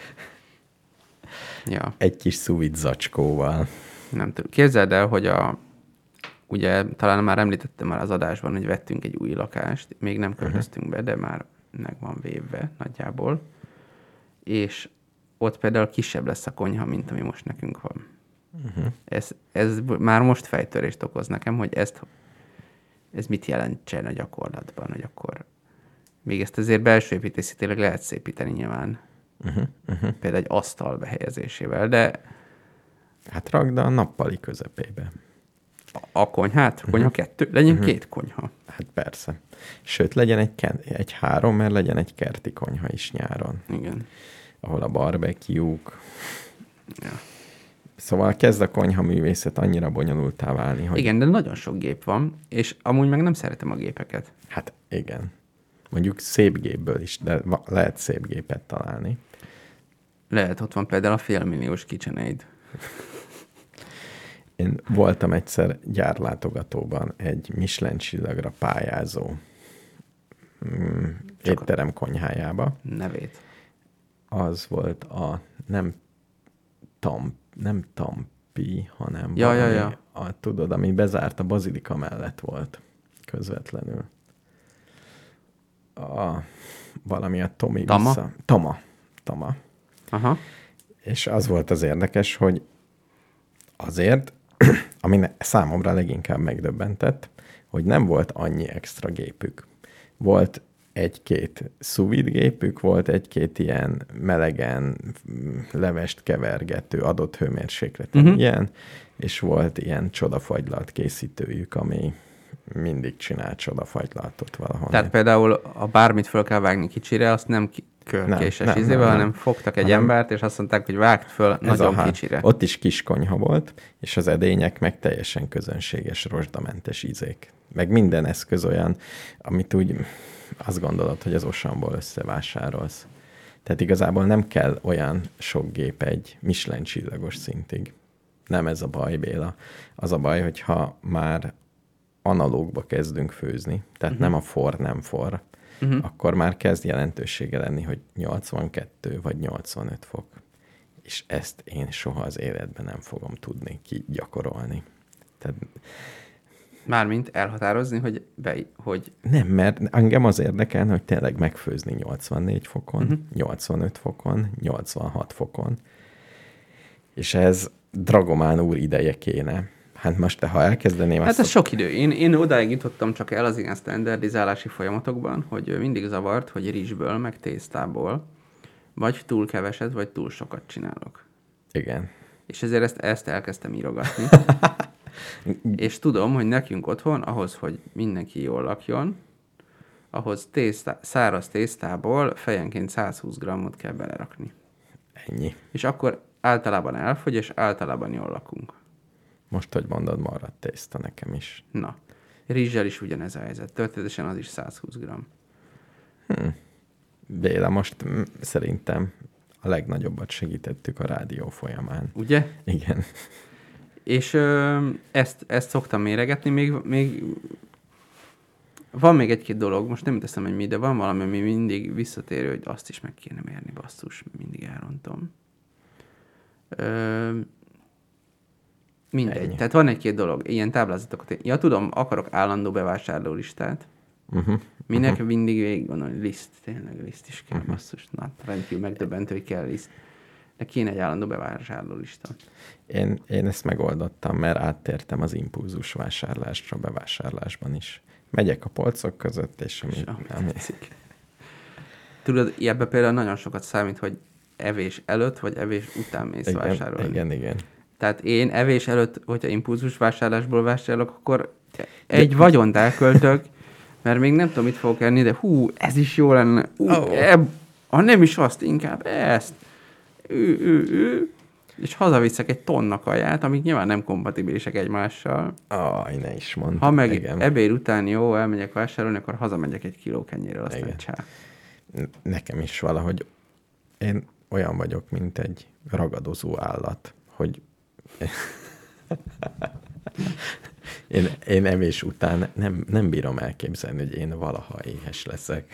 Ja. Egy kis szuvid zacskóval. Nem tudom. Képzeld el, hogy a, ugye talán már említettem már az adásban, hogy vettünk egy új lakást, még nem költöztünk be, de már meg van vévve nagyjából, és ott például kisebb lesz a konyha, mint ami most nekünk van. Uh-huh. Ez, ez már most fejtörést okoz nekem, hogy ezt, ez mit jelentsen a gyakorlatban, hogy akkor még ezt azért belső építészetileg lehet szépíteni nyilván. Uh-huh. Uh-huh. Például egy asztal behelyezésével, de hát rakd a nappali közepébe. A, a konyhát? A konyha uh-huh. kettő? Legyen uh-huh. két konyha. Hát persze. Sőt, legyen egy, egy három, mert legyen egy kerti konyha is nyáron. Igen. Ahol a barbecue-k. Ja. Szóval kezd a konyha művészet annyira bonyolultá válni, hogy... Igen, de nagyon sok gép van, és amúgy meg nem szeretem a gépeket. Hát igen. Mondjuk szép gépből is, de lehet szép gépet találni. Lehet, ott van például a félmilliós KitchenAid. Én voltam egyszer gyárlátogatóban egy Michelin csillagra pályázó mm, étterem konyhájába. Nevét. Az volt a nem tam, nem Tampi, hanem ja, valami, ja, ja. A, tudod, ami bezárt a bazilika mellett volt közvetlenül. A, valami a Tomi Tama? vissza. Tama. Tama. Aha. És az volt az érdekes, hogy azért, ami számomra leginkább megdöbbentett, hogy nem volt annyi extra gépük. Volt egy-két sous-vide gépük, volt egy-két ilyen melegen levest kevergető, adott hőmérsékleten uh-huh. ilyen, és volt ilyen csodafagylalt készítőjük, ami mindig csinál csodafagylaltot valahol. Tehát például, ha bármit föl kell vágni kicsire, azt nem körkéses izével, hanem fogtak egy hanem embert, és azt mondták, hogy vágd föl nagyon a, kicsire. Ott is kis konyha volt, és az edények meg teljesen közönséges, rozsdamentes ízék. Meg minden eszköz olyan, amit úgy azt gondolod, hogy az Osamból összevásárolsz. Tehát igazából nem kell olyan sok gép egy Michelin csillagos szintig. Nem ez a baj, Béla. Az a baj, hogyha már analógba kezdünk főzni, tehát uh-huh. nem a for, nem for, uh-huh. akkor már kezd jelentősége lenni, hogy nyolcvankettő vagy nyolcvanöt fok. És ezt én soha az életben nem fogom tudni kigyakorolni. Tehát... Mármint elhatározni, hogy, be, hogy... Nem, mert engem az érdekel, hogy tényleg megfőzni nyolcvannégy fokon, uh-huh. nyolcvanöt fokon, nyolcvanhat fokon. És ez Dragomán úr ideje kéne. Hát most, te, ha elkezdeném... Hát ez sok idő. Én, én odáig jutottam csak el az ilyen standardizálási folyamatokban, hogy mindig zavart, hogy rizsből, meg tésztából vagy túl keveset, vagy túl sokat csinálok. Igen. És ezért ezt, ezt elkezdtem írogatni. És tudom, hogy nekünk otthon, ahhoz, hogy mindenki jól lakjon, ahhoz tésztá, száraz tésztából fejenként százhúsz grammot kell belerakni. Ennyi. És akkor általában elfogy, és általában jól lakunk. Most, hogy mondod, maradt tészta nekem is. Na, rizssel is ugyanez a helyzet. Történetesen az is százhúsz gramm. Hm. Béla, most m- szerintem a legnagyobbat segítettük a rádió folyamán. Ugye? Igen. És ö, ezt, ezt szoktam méregetni, még, még van még egy-két dolog, most nem teszem, hogy mi, de van valami, ami mindig visszatérő, hogy azt is meg kéne mérni, basszus, mindig elrontom. Ö, mindegy. Ennyi. Tehát van egy-két dolog, ilyen táblázatokat. Ja, tudom, akarok állandó bevásárlólistát. Uh-huh. Minek uh-huh. mindig végig gondolni, liszt, tényleg liszt is kell, uh-huh. basszus. Na, rendkívül megdöbbentő, hogy kell liszt. De kéne egy állandó bevásárlólista. Én, én ezt megoldottam, mert áttértem az impulzus vásárlásra, bevásárlásban is. Megyek a polcok között, és ami... És ami... Tudod, ebben például nagyon sokat számít, hogy evés előtt, vagy evés után mész igen, vásárolni. Igen, igen. Tehát én evés előtt, hogyha impulzus vásárlásból vásárolok, akkor egy De... vagyont elköltök, mert még nem tudom, mit fogok enni, de hú, ez is jó lenne. Hú, oh. eb... Ha nem is azt, inkább ezt. Ő, ő, ő. És hazaviszek egy tonna kaját, amik nyilván nem kompatibilisek egymással. Aj, ne is mondd. Ha meg igen. ebéd után jó, elmegyek vásárolni, akkor hazamegyek egy kiló kenyérrel, aztán igen. csá. Nekem is valahogy, én olyan vagyok, mint egy ragadozó állat, hogy Én, én evés után nem, nem bírom elképzelni, hogy én valaha éhes leszek.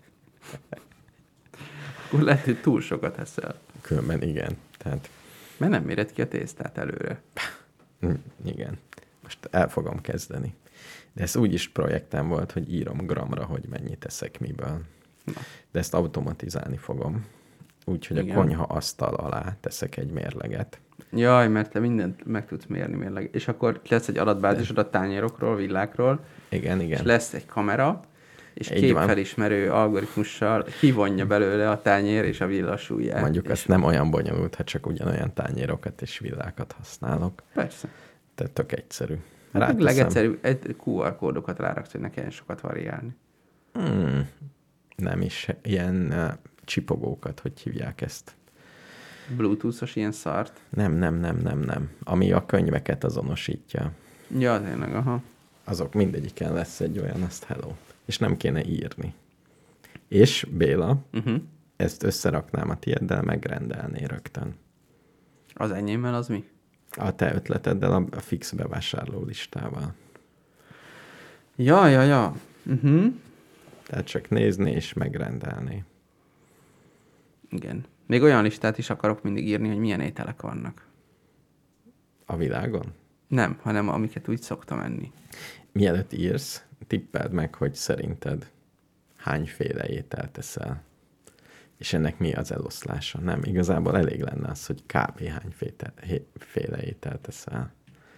Akkor lehet, hogy túl sokat eszel. Különben igen. Tehát, Mert nem méred ki a tésztát előre. igen. Most el fogom kezdeni. De ez úgyis projektem volt, hogy írom gramra, hogy mennyit teszek miből. Na. De ezt automatizálni fogom. Úgyhogy a Igen. konyha asztal alá teszek egy mérleget. Jaj, mert te mindent meg tudsz mérni mérleg. És akkor lesz egy adatbázisod a tányérokról, villákról, Igen, igen. és lesz egy kamera, és Így képfelismerő algoritmussal kivonja belőle a tányér és a villasúlyát. Mondjuk és azt nem olyan bonyolult, ha csak ugyanolyan tányérokat és villákat használok. Persze. Tehát tök egyszerű. Hát meg Ráteszem. legegyszerűbb, egy kú er kódokat ráraksz, hogy ne kelljen sokat variálni. Hmm, nem is. Ilyen uh, csipogókat, hogy hívják ezt. Bluetooth-os ilyen szart. Nem, nem, nem, nem, nem. Ami a könyveket azonosítja. Ja, tényleg, aha. Azok mindegyiken lesz egy olyan, azt hello. És nem kéne írni. És Béla, Uh-huh. ezt összeraknám a tieddel, megrendelné rögtön. Az enyémmel az mi? A te ötleteddel, a, a fix bevásárló listával. Ja, ja, ja. Uh-huh. Tehát csak nézni és megrendelni. Igen. Még olyan listát is akarok mindig írni, hogy milyen ételek vannak. A világon? Nem, hanem amiket úgy szoktam enni. Mielőtt írsz, tippeld meg, hogy szerinted hányféle ételt teszel. És ennek mi az eloszlása? Nem, igazából elég lenne az, hogy kb. Hányféle ételt teszel.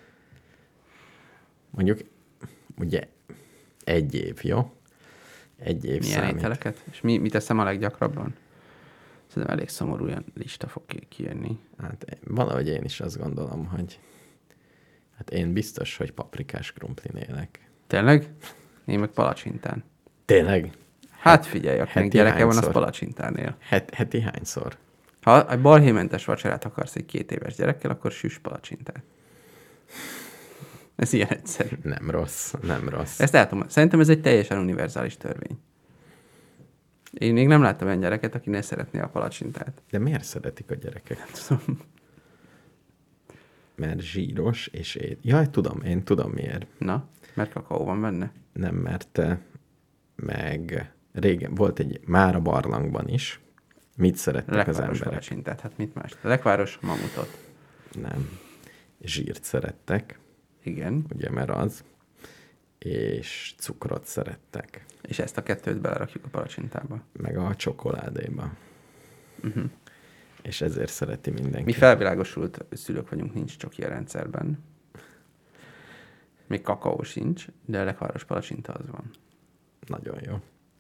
Mondjuk, ugye egy év, jó? Egy év Milyen számít. ételeket? És mi, mit teszem a leggyakrabban? Szerintem elég szomorú ilyen lista fog ki- kijönni. Hát valahogy én is azt gondolom, hogy hát én biztos, hogy paprikás krumplin élek. Tényleg? Én meg palacsintán. Tényleg? Hát figyelj, akinek heti gyereke van, az hányszor? palacsintán él. Het, heti hányszor? Ha egy balhémentes vacsorát akarsz egy két éves gyerekkel, akkor süss palacsintát. Ez ilyen egyszerű. Nem rossz, nem rossz. Ezt el tudom. Szerintem ez egy teljesen univerzális törvény. Én még nem láttam olyan gyereket, aki ne szeretné a palacsintát. De miért szeretik a gyerekek? Tudom. Mert zsíros és éd. Jaj, tudom, én tudom miért. Na, mert kakaó van benne. Nem, mert eh, meg régen volt egy már a barlangban is. Mit szerettek az Lekváros emberek? palacsintát, hát mit más? Lekváros mamutot. Nem. Zsírt szerettek, Igen. ugye, mert az. És cukrot szerettek. És ezt a kettőt belerakjuk a palacsintába. Meg a csokoládéba. Uh-huh. És ezért szereti mindenki. Mi felvilágosult szülők vagyunk, nincs csoki a rendszerben. Még kakaó sincs, de lekváros palacsinta az van. Nagyon jó.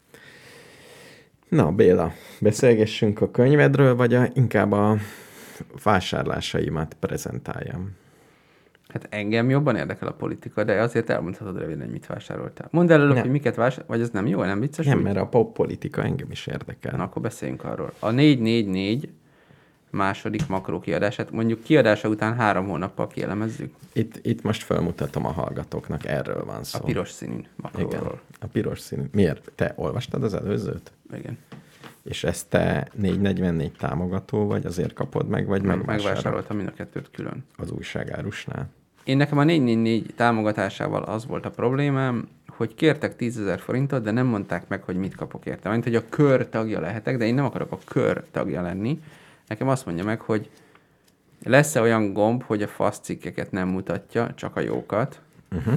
Na, Béla, beszélgessünk a könyvedről, vagy a, inkább a vásárlásaimat prezentáljam. Hát engem jobban érdekel a politika, de azért elmondhatod röviden, hogy mit vásároltál. Mondd el előbb, Nem. hogy miket vásároltál, vagy ez nem jó, nem vicces? Nem, úgy? mert a pop politika engem is érdekel. Na, akkor beszéljünk arról. A négy négy négy második makró kiadását, mondjuk kiadása után három hónappal kielemezzük. Itt, itt most felmutatom a hallgatóknak, erről van szó. A piros színű makróról. Igen, a piros színű. Miért? Te olvastad az előzőt? Igen. És ezt te négyszáznegyvennégy támogató vagy, azért kapod meg, vagy Meg, megvásároltad megvásároltam mind a kettőt külön. az újságárusnál? Én nekem a négy négy négy támogatásával az volt a problémám, hogy kértek tízezer forintot, de nem mondták meg, hogy mit kapok érte. Mint hogy a kör tagja lehetek, de én nem akarok a kör tagja lenni. Nekem azt mondja meg, hogy lesz-e olyan gomb, hogy a faszcikkeket nem mutatja, csak a jókat. Uh-huh.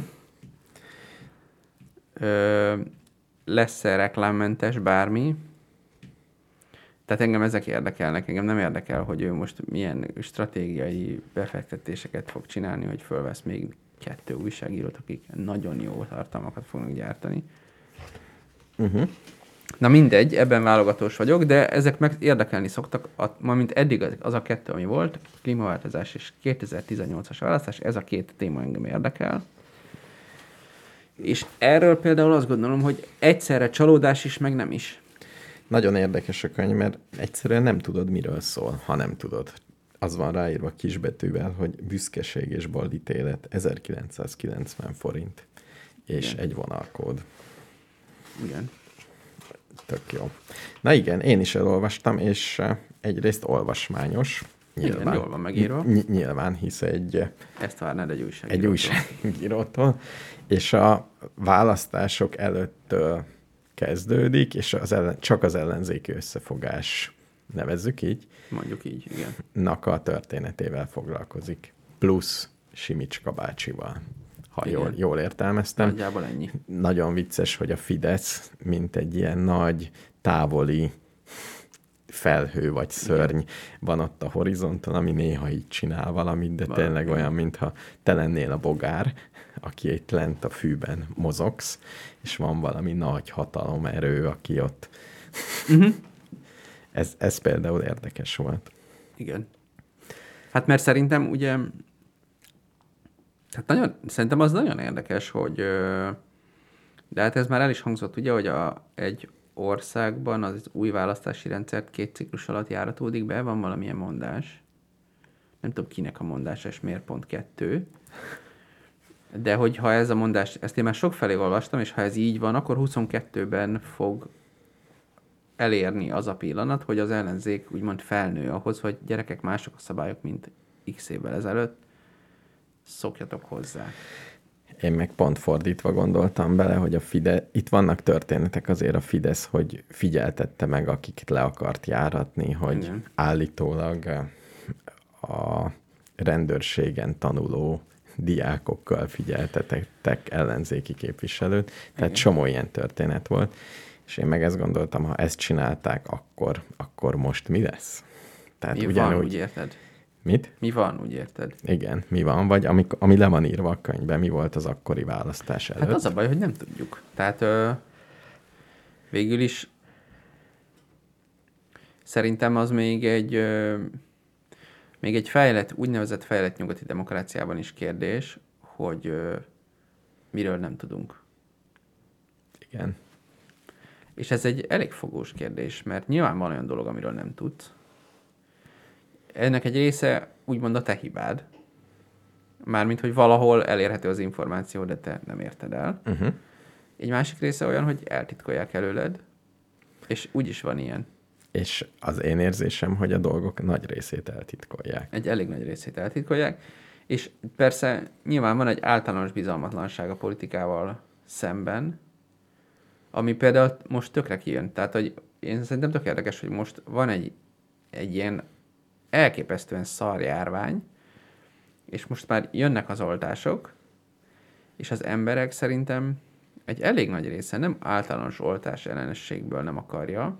Ö, lesz-e reklámmentes bármi. Tehát engem ezek érdekelnek, engem nem érdekel, hogy ő most milyen stratégiai befektetéseket fog csinálni, hogy fölvesz még kettő újságírót, akik nagyon jó tartalmakat fognak gyártani. Uh-huh. Na mindegy, ebben válogatós vagyok, de ezek meg érdekelni szoktak, a, ma mint eddig az, az a kettő, ami volt, klímaváltozás és kétezer-tizennyolcas választás, ez a két téma engem érdekel. És erről például azt gondolom, hogy egyszerre csalódás is, meg nem is. Nagyon érdekes a könyv, mert egyszerűen nem tudod, miről szól, ha nem tudod. Az van ráírva kisbetűvel, hogy büszkeség és boldít élet, ezerkilencszázkilencven forint, és igen. egy vonalkód. Igen. Tök jó. Na igen, én is elolvastam, és egyrészt olvasmányos, Nyilván. Igen, jól van megírva. Ny- nyilván, hisz egy... Ezt várnád egy újságírótól. Egy újságírótól. És a választások előtt kezdődik, és az ellen, csak az ellenzéki összefogás, nevezzük így, mondjuk így, igen. nak a történetével foglalkozik. Plusz Simicska bácsival, ha jól, jól értelmeztem. Nagyjából ennyi. Nagyon vicces, hogy a Fidesz, mint egy ilyen nagy, távoli felhő vagy szörny igen. van ott a horizonton, ami néha így csinál valamit, de Valami. tényleg olyan, mintha te lennél a bogár, aki itt lent a fűben mozogsz, és van valami nagy hatalomerő, aki ott... Uh-huh. ez, ez például érdekes volt. Igen. Hát mert szerintem ugye... Hát nagyon, szerintem az nagyon érdekes, hogy... De hát ez már el is hangzott, ugye, hogy a, egy országban az új választási rendszert két ciklus alatt járatódik be, van valamilyen mondás. Nem tudom, kinek a mondása, és miért pont kettő. De hogy ha ez a mondás, ezt én már sokfelé olvastam, és ha ez így van, akkor huszonkettőben fog elérni az a pillanat, hogy az ellenzék úgymond felnő ahhoz, hogy gyerekek, mások a szabályok, mint x évvel ezelőtt, szokjatok hozzá. Én meg pont fordítva gondoltam bele, hogy a Fidesz, itt vannak történetek azért a Fidesz, hogy figyeltette meg, akiket le akart járatni, hogy igen. állítólag a rendőrségen tanuló diákokkal figyeltetek ellenzéki képviselőt, tehát igen. csomó ilyen történet volt, és én meg ezt gondoltam, ha ezt csinálták, akkor, akkor most mi lesz? Tehát mi ugyanúgy... van, úgy érted? Mit? Mi van, úgy érted? Igen, mi van, vagy ami, ami le van írva a könyvben, mi volt az akkori választás előtt? Hát az a baj, hogy nem tudjuk. Tehát ö, végül is szerintem az még egy ö, még egy fejlett, úgynevezett fejlett nyugati demokráciában is kérdés, hogy ö, miről nem tudunk. Igen. És ez egy elég fogós kérdés, mert nyilván van olyan dolog, amiről nem tudsz. Ennek egy része úgymond a te hibád. Mármint, hogy valahol elérhető az információ, de te nem érted el. Uh-huh. Egy másik része olyan, hogy eltitkolják előled, és úgyis van ilyen. És az én érzésem, hogy a dolgok nagy részét eltitkolják. Egy elég nagy részét eltitkolják, és persze nyilván van egy általános bizalmatlanság a politikával szemben, ami például most tökre kijön. Tehát, hogy én szerintem tök érdekes, hogy most van egy, egy ilyen elképesztően szar járvány, és most már jönnek az oltások, és az emberek szerintem egy elég nagy része nem általános oltás ellenességből nem akarja,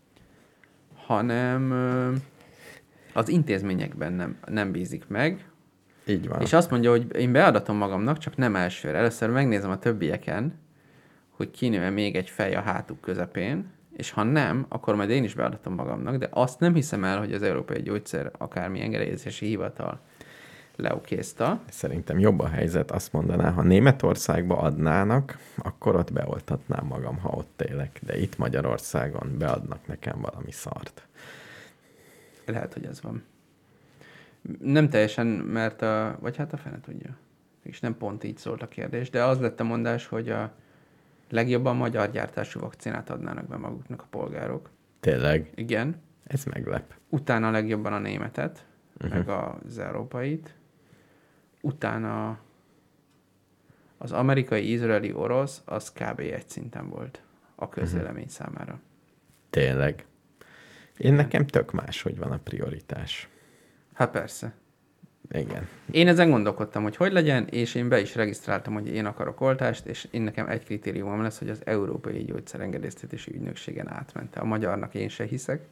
hanem az intézményekben nem, nem bízik meg. Így van. És azt mondja, hogy én beadatom magamnak, csak nem elsőre. Először megnézem a többieken, hogy kinő még egy fej a hátuk közepén, és ha nem, akkor majd én is beadatom magamnak, de azt nem hiszem el, hogy az Európai Gyógyszer akármi engedélyezési hivatal leokézta. Szerintem jobb a helyzet, azt mondaná, ha Németországba adnának, akkor ott beoltatnám magam, ha ott élek. De itt Magyarországon beadnak nekem valami szart. Lehet, hogy ez van. Nem teljesen, mert a... Vagy hát a fene tudja. És nem pont így szólt a kérdés, de az lett a mondás, hogy a legjobban magyar gyártású vakcinát adnának be maguknak a polgárok. Tényleg? Igen. Ez meglep. Utána legjobban a németet, uh-huh. meg az európait. Utána az amerikai, izraeli, orosz, az kb. Egy szinten volt a közvélemény uh-huh. számára. Tényleg. Én nekem tök más, hogy van a prioritás. Hát persze. Igen. Én ezen gondolkodtam, hogy hogy legyen, és én be is regisztráltam, hogy én akarok oltást, és én nekem egy kritériumom lesz, hogy az Európai Gyógyszerengedélyeztetési Ügynökségen átmente. A magyarnak én se hiszek.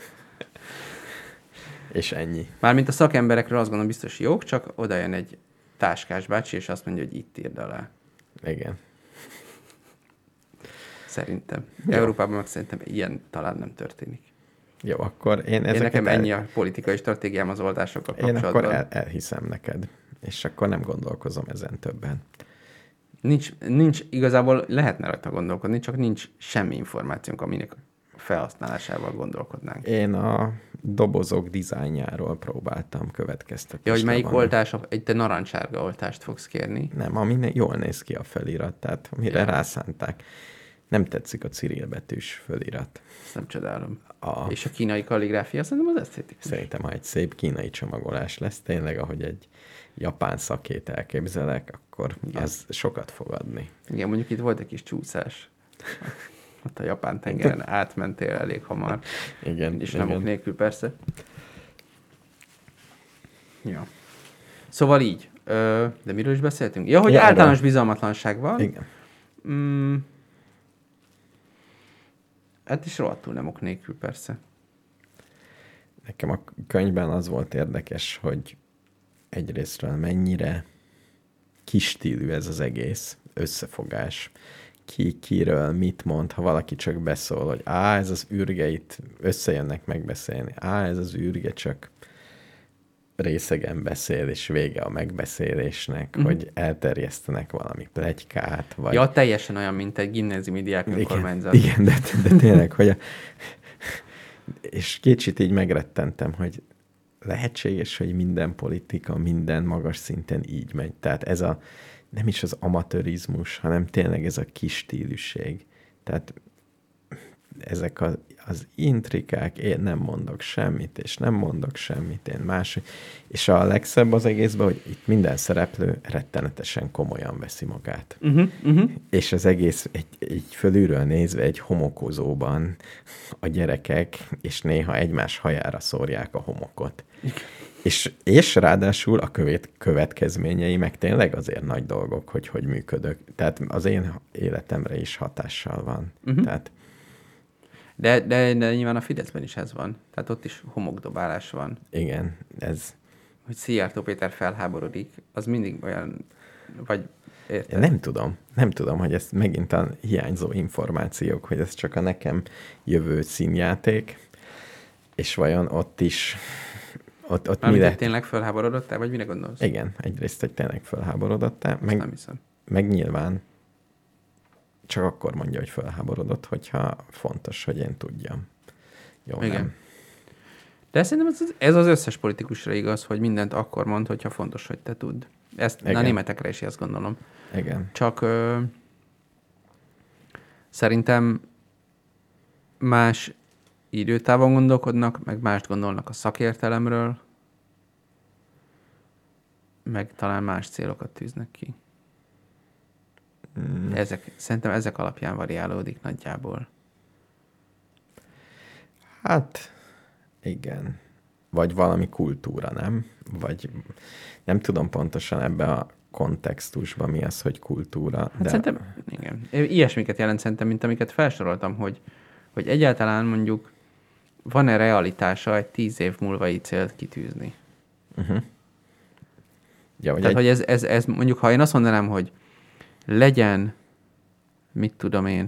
És ennyi. Mármint a szakemberekről azt gondolom biztos jók, csak oda jön egy táskás bácsi, és azt mondja, hogy itt írd alá. Igen. Szerintem. Jó. Európában meg szerintem ilyen talán nem történik. Jó, akkor én ezeket... Én nekem el... ennyi a politikai stratégiám az oltásokkal kapcsolatban. Én akkor el, elhiszem neked, és akkor nem gondolkozom ezen többen. Nincs, nincs, igazából lehetne rajta gondolkodni, csak nincs semmi információnk, aminek felhasználásával gondolkodnánk. Én a dobozok dizájnjáról próbáltam következtetést. Ja, hogy melyik oltás, egy te narancsárga oltást fogsz kérni. Nem, ami jól néz ki a felirat, tehát amire ja. rászánták. Nem tetszik a cirilbetűs fölirat. Ezt nem csodálom. A... És a kínai kalligráfia szerintem az esztétikus. Szerintem, ha egy szép kínai csomagolás lesz, tényleg, ahogy egy japán szakét elképzelek, akkor igen. Az sokat fog adni. Igen, mondjuk itt volt egy kis csúszás. Ott a Japán tengeren átmentél elég hamar. Igen. És igen. nem ok nélkül persze. Ja. Szóval így. Ö, de miről is beszéltünk? Ja, hogy ja, általános erre. Bizalmatlanság van. Igen. Mm, hát is rohadtul nem ok nélkül persze. Nekem a könyvben az volt érdekes, hogy egyrésztről mennyire kis stílű ez az egész összefogás. Ki, kiről mit mond, ha valaki csak beszól, hogy á, ez az űrge itt összejönnek megbeszélni, á, ez az űrge csak részegen beszél, és vége a megbeszélésnek, mm-hmm. hogy elterjesztenek valami pletykát, vagy... Ja, teljesen olyan, mint egy gimnáziumi diák önkormányzat. Igen, de, de tényleg, hogy a... és kicsit így megrettentem, hogy lehetséges, hogy minden politika, minden magas szinten így megy. Tehát ez a, nem is az amatőrizmus, hanem tényleg ez a kis stílűség. Tehát ezek a, az intrikák, én nem mondok semmit, és nem mondok semmit, én más. És a legszebb az egészben, hogy itt minden szereplő rettenetesen komolyan veszi magát. Uh-huh, uh-huh. És az egész egy, egy fölülről nézve egy homokozóban a gyerekek, és néha egymás hajára szórják a homokot. És, és ráadásul a követ, következményei meg tényleg azért nagy dolgok, hogy hogy működök. Tehát az én életemre is hatással van. Uh-huh. Tehát De, de, de nyilván a Fideszben is ez van. Tehát ott is homokdobálás van. Igen, ez... Hogy Szijjártó Péter felháborodik, az mindig olyan... Vagy érted? Nem tudom. Nem tudom, hogy ez megint a hiányzó információk, hogy ez csak a nekem jövő színjáték, és vajon ott is... Ott, ott mi lett? Tényleg felháborodottál, vagy mire gondolsz? Igen, egyrészt, hogy tényleg felháborodottál. Meg, nem hiszem. Meg nyilván csak akkor mondja, hogy felháborodott, hogyha fontos, hogy én tudjam. Jó, igen. Nem? De szerintem ez, ez az összes politikusra igaz, hogy mindent akkor mond, hogyha fontos, hogy te tudd. Ezt a németekre is ezt gondolom. Igen. Csak ö, szerintem más időtávon gondolkodnak, meg mást gondolnak a szakértelemről, meg talán más célokat tűznek ki. Mm. Ezek, szerintem ezek alapján variálódik nagyjából. Hát, igen. Vagy valami kultúra, nem? Vagy nem tudom pontosan ebbe a kontextusban mi az, hogy kultúra. Hát de... szerintem, igen. Ilyesmiket jelent szerintem, mint amiket felsoroltam, hogy, hogy egyáltalán mondjuk van-e realitása egy tíz év múlvai célt kitűzni. Uh-huh. Ja, hogy Tehát, egy... hogy ez, ez, ez mondjuk, ha én azt mondanám, hogy legyen, mit tudom én,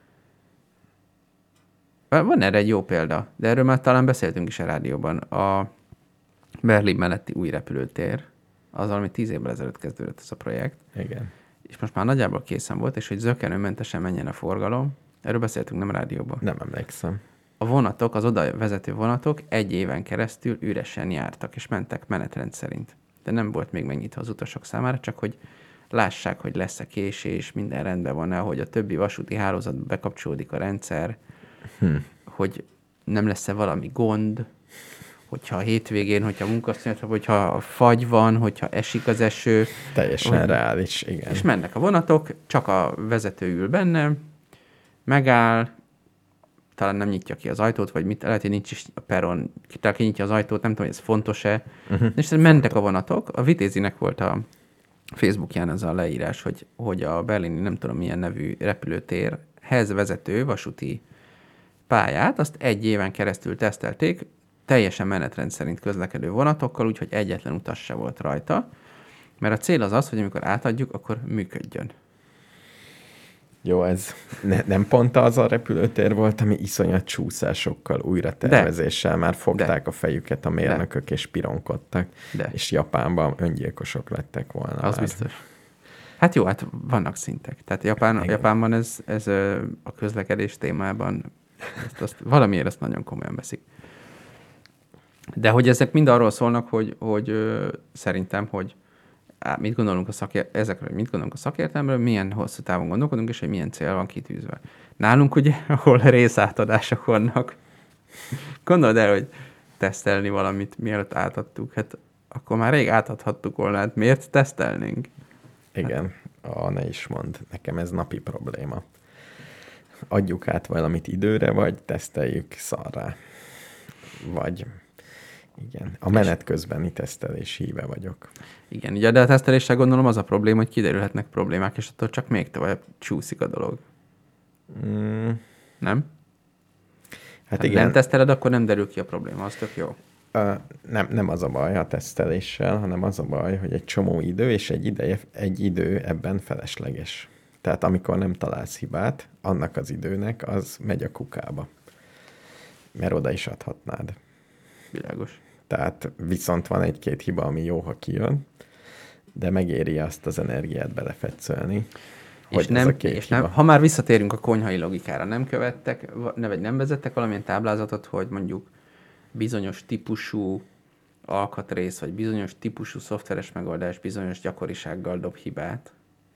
van erre egy jó példa, de erről már talán beszéltünk is a rádióban. A Berlin melletti új repülőtér, az valami tíz évvel ezelőtt kezdődött ez a projekt. Igen. És most már nagyjából készen volt, és hogy zökkenőmentesen menjen a forgalom. Erről beszéltünk, nem rádióban. Nem emlékszem. A vonatok, az oda vezető vonatok egy éven keresztül üresen jártak, és mentek menetrend szerint. De nem volt még megnyitva az utasok számára, csak hogy lássák, hogy lesz-e késés, minden rendben van-e, hogy a többi vasúti hálózatba bekapcsolódik a rendszer, hm. hogy nem lesz-e valami gond, hogyha a hétvégén, hogyha munkaszünet, hogyha fagy van, hogyha esik az eső. Teljesen hogy... reális, igen. És mennek a vonatok, csak a vezető ül benne, megáll, talán nem nyitja ki az ajtót, vagy mit, lehet, hogy nincs is a peron, talán kinyitja az ajtót, nem tudom, hogy ez fontos-e. Uh-huh. És mentek a vonatok, a Vitézinek volt a Facebookján az a leírás, hogy, hogy a berlini nem tudom milyen nevű repülőtérhez vezető vasúti pályát, azt egy éven keresztül tesztelték, teljesen menetrend szerint közlekedő vonatokkal, úgyhogy egyetlen utas se volt rajta, mert a cél az az, hogy amikor átadjuk, akkor működjön. Jó, ez ne, nem pont az a repülőtér volt, ami iszonyat csúszásokkal, újra tervezéssel, már fogták De. a fejüket a mérnökök, De. és pironkodtak, De. és Japánban öngyilkosok lettek volna. Az már. biztos. Hát jó, hát vannak szintek. Tehát Japán, Japánban ez, ez a közlekedés témában ezt, azt, valamiért ezt nagyon komolyan veszik. De hogy ezek mind arról szólnak, hogy, hogy ö, szerintem, hogy á, mit gondolunk a szakér, ezekről, mit gondolunk a szakértelemről, milyen hosszú távon gondolkodunk, és hogy milyen cél van kitűzve. Nálunk ugye, ahol részátadások vannak, gondold el, hogy tesztelni valamit, mielőtt átadtuk, hát akkor már rég átadhattuk volna, hát miért tesztelnénk? Igen, hát... ah, ne is mondd, nekem ez napi probléma. Adjuk át valamit időre, vagy teszteljük szarrá. Vagy igen, a menet közbeni tesztelés híve vagyok. Igen, ugye, de a teszteléssel gondolom az a probléma, hogy kiderülhetnek problémák, és attól csak még tovább csúszik a dolog. Mm. Nem? Hát ha igen. nem teszteled, akkor nem derül ki a probléma, az tök jó. Uh, nem, nem az a baj a teszteléssel, hanem az a baj, hogy egy csomó idő, és egy, ideje, egy idő ebben felesleges. Tehát amikor nem találsz hibát, annak az időnek az megy a kukába. Mert oda is adhatnád. Világos. Tehát viszont van egy-két hiba, ami jó, ha kijön, de megéri azt az energiát belefetszölni. És, nem, és nem, ha már visszatérünk a konyhai logikára, nem követtek, vagy nem vezettek valamilyen táblázatot, hogy mondjuk bizonyos típusú alkatrész, vagy bizonyos típusú szoftveres megoldás bizonyos gyakorisággal dob hibát,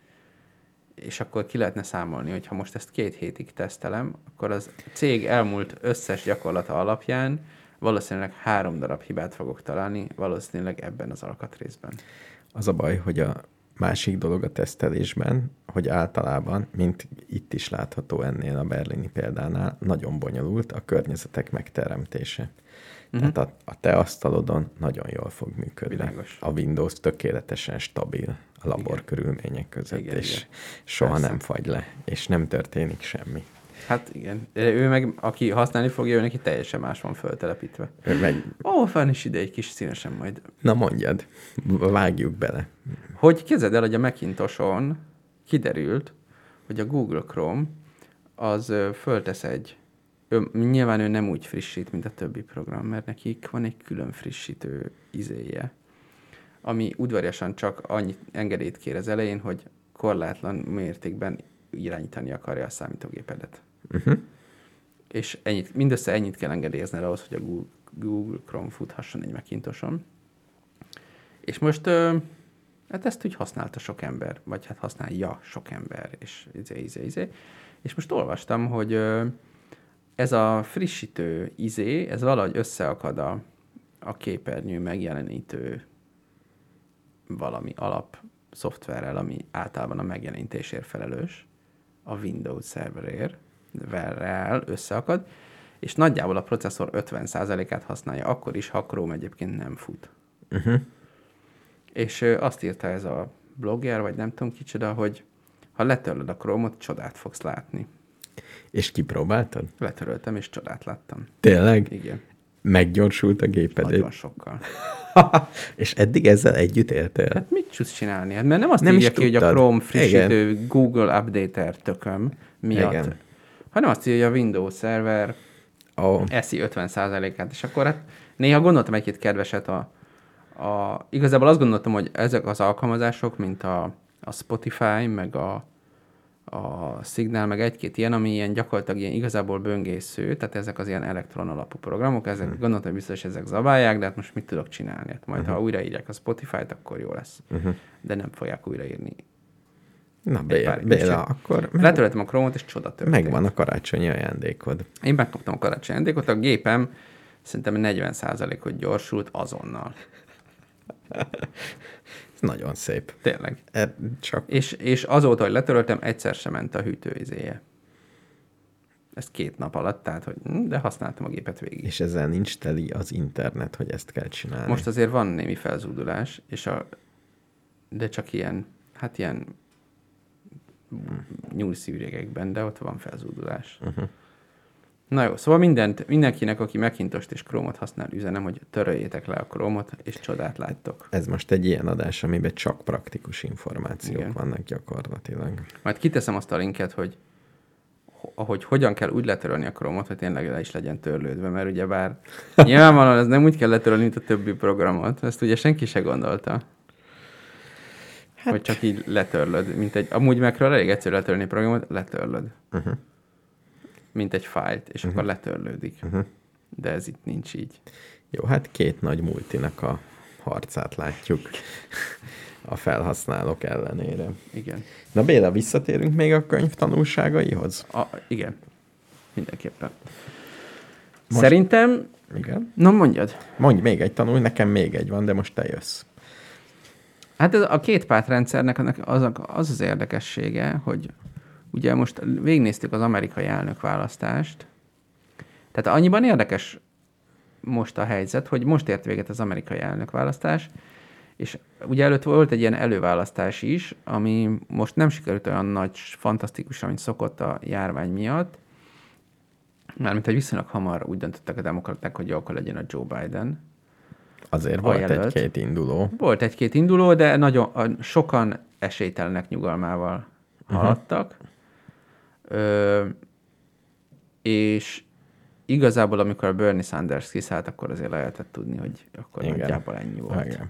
és akkor ki lehetne számolni, hogy ha most ezt két hétig tesztelem, akkor az cég elmúlt összes gyakorlata alapján valószínűleg három darab hibát fogok találni, valószínűleg ebben az alkatrészben. Az a baj, hogy a másik dolog a tesztelésben, hogy általában, mint itt is látható ennél a berlini példánál, nagyon bonyolult a környezetek megteremtése. Uh-huh. Tehát a, a te asztalodon nagyon jól fog működni. Világos. A Windows tökéletesen stabil a labor igen. körülmények között, igen, és igen. soha Persze. nem fagy le, és nem történik semmi. Hát igen. Ő meg, aki használni fogja, ő neki teljesen más van föltelepítve. Ő meg... Ó, van is ide egy kis színesen majd. Na mondjad, vágjuk bele. Hogy képzeld el, hogy a Macintoson kiderült, hogy a Google Chrome az föltesz egy, ő, nyilván ő nem úgy frissít, mint a többi program, mert nekik van egy külön frissítő izéje, ami udvariasan csak annyi engedélyt kér az elején, hogy korlátlan mértékben irányítani akarja a számítógépedet. Uh-huh. És ennyit, mindössze ennyit kell engedélyezned ahhoz, hogy a Google, Google Chrome futhasson egy Macintoson. És most ö, hát ezt úgy használta sok ember, vagy hát használja sok ember, és izé, izé, izé. És most olvastam, hogy ö, ez a frissítő izé, ez valahogy összeakad a, a képernyő megjelenítő valami alap szoftverrel, ami általában a megjelenítésért felelős, a Windows szerverért, vel összeakad, és nagyjából a processzor ötven százalékát használja, akkor is, ha a Chrome egyébként nem fut. Uh-huh. És ö, azt írta ez a blogger, vagy nem tudom kicsoda, hogy ha letörlöd a Chrome-ot, csodát fogsz látni. És kipróbáltad? Letöröltem, és csodát láttam. Tényleg? Igen. Meggyorsult a géped? Nagyon sokkal. És eddig ezzel együtt éltél? Hát mit tudsz csinálni? Hát mert nem azt nem írja ki, hogy a Chrome frissítő igen. Google Updater tököm miatt, igen. hanem azt írja, hogy a Windows szerver oh. eszi ötven százalékát. És akkor hát néha gondoltam egy-két kedveset a, a... Igazából azt gondoltam, hogy ezek az alkalmazások, mint a, a Spotify, meg a a Signal, meg egy-két ilyen, ami ilyen gyakorlatilag ilyen igazából böngésző, tehát ezek az ilyen elektron alapú programok, ezek hmm. gondoltam, hogy biztos ezek zabálják, de hát most mit tudok csinálni? Hát majd uh-huh. ha újraírják a Spotify-t, akkor jó lesz. Uh-huh. De nem fogják újraírni. Na, Béla, Béla akkor... Letöröltem a Chrome-ot, és csoda történt. Megvan a karácsonyi ajándékod. Én megkaptam a karácsonyi ajándékot, a gépem szerintem negyven százalékot gyorsult azonnal. Nagyon szép. Tényleg. E, csak... És, és azóta, hogy letöröltem, egyszer sem ment a hűtőizéje. Ez két nap alatt, tehát, hogy de használtam a gépet végig. És ezzel nincs teli az internet, hogy ezt kell csinálni. Most azért van némi felzúdulás, és a, de csak ilyen, hát ilyen nyúlszűrjegekben, de ott van felzúdulás. Uh-huh. Na jó, szóval mindent, mindenkinek, aki Macintost és Chrome-ot használ, üzenem, hogy töröljétek le a Chrome-ot, és csodát láttok. Ez most egy ilyen adás, amiben csak praktikus információk igen. vannak gyakorlatilag. Majd kiteszem azt a linket, hogy ahogy hogyan kell úgy letörölni a Chrome-ot, hogy tényleg le is legyen törlődve, mert ugye bár nyilvánvalóan ez nem úgy kell letörölni, mint a többi programot. Ezt ugye senki se gondolta. Hát... Hogy csak így letörlöd, mint egy, amúgy megről elég egyszerű letörölni a programot, letörlöd. Uh-huh. Mint egy fájlt, és uh-huh. akkor letörlődik. Uh-huh. De ez itt nincs így. Jó, hát két nagy multinak a harcát látjuk. a felhasználók ellenére. Igen. Na Béla, visszatérünk még a könyv tanulságaihoz? A, igen. Mindenképpen. Most... Szerintem... Igen. Na mondjad. Mondj még egy tanul, nekem még egy van, de most te jössz. Hát ez a két pártrendszernek az, az az érdekessége, hogy ugye most végignéztük az amerikai elnökválasztást, tehát annyiban érdekes most a helyzet, hogy most ért véget az amerikai elnökválasztás, és ugye előtt volt egy ilyen előválasztás is, ami most nem sikerült olyan nagy, fantasztikus, mint szokott a járvány miatt, mármint, hogy viszonylag hamar úgy döntöttek a demokraták, hogy jó, akkor legyen a Joe Biden. Azért volt egy-két induló. Volt egy-két induló, de nagyon, sokan esélytelenek nyugalmával haladtak. Uh-huh. Ö, és igazából, amikor a Bernie Sanders kiszállt, akkor azért lehetett tudni, hogy akkor igen. Nagyjából ennyi volt. Igen.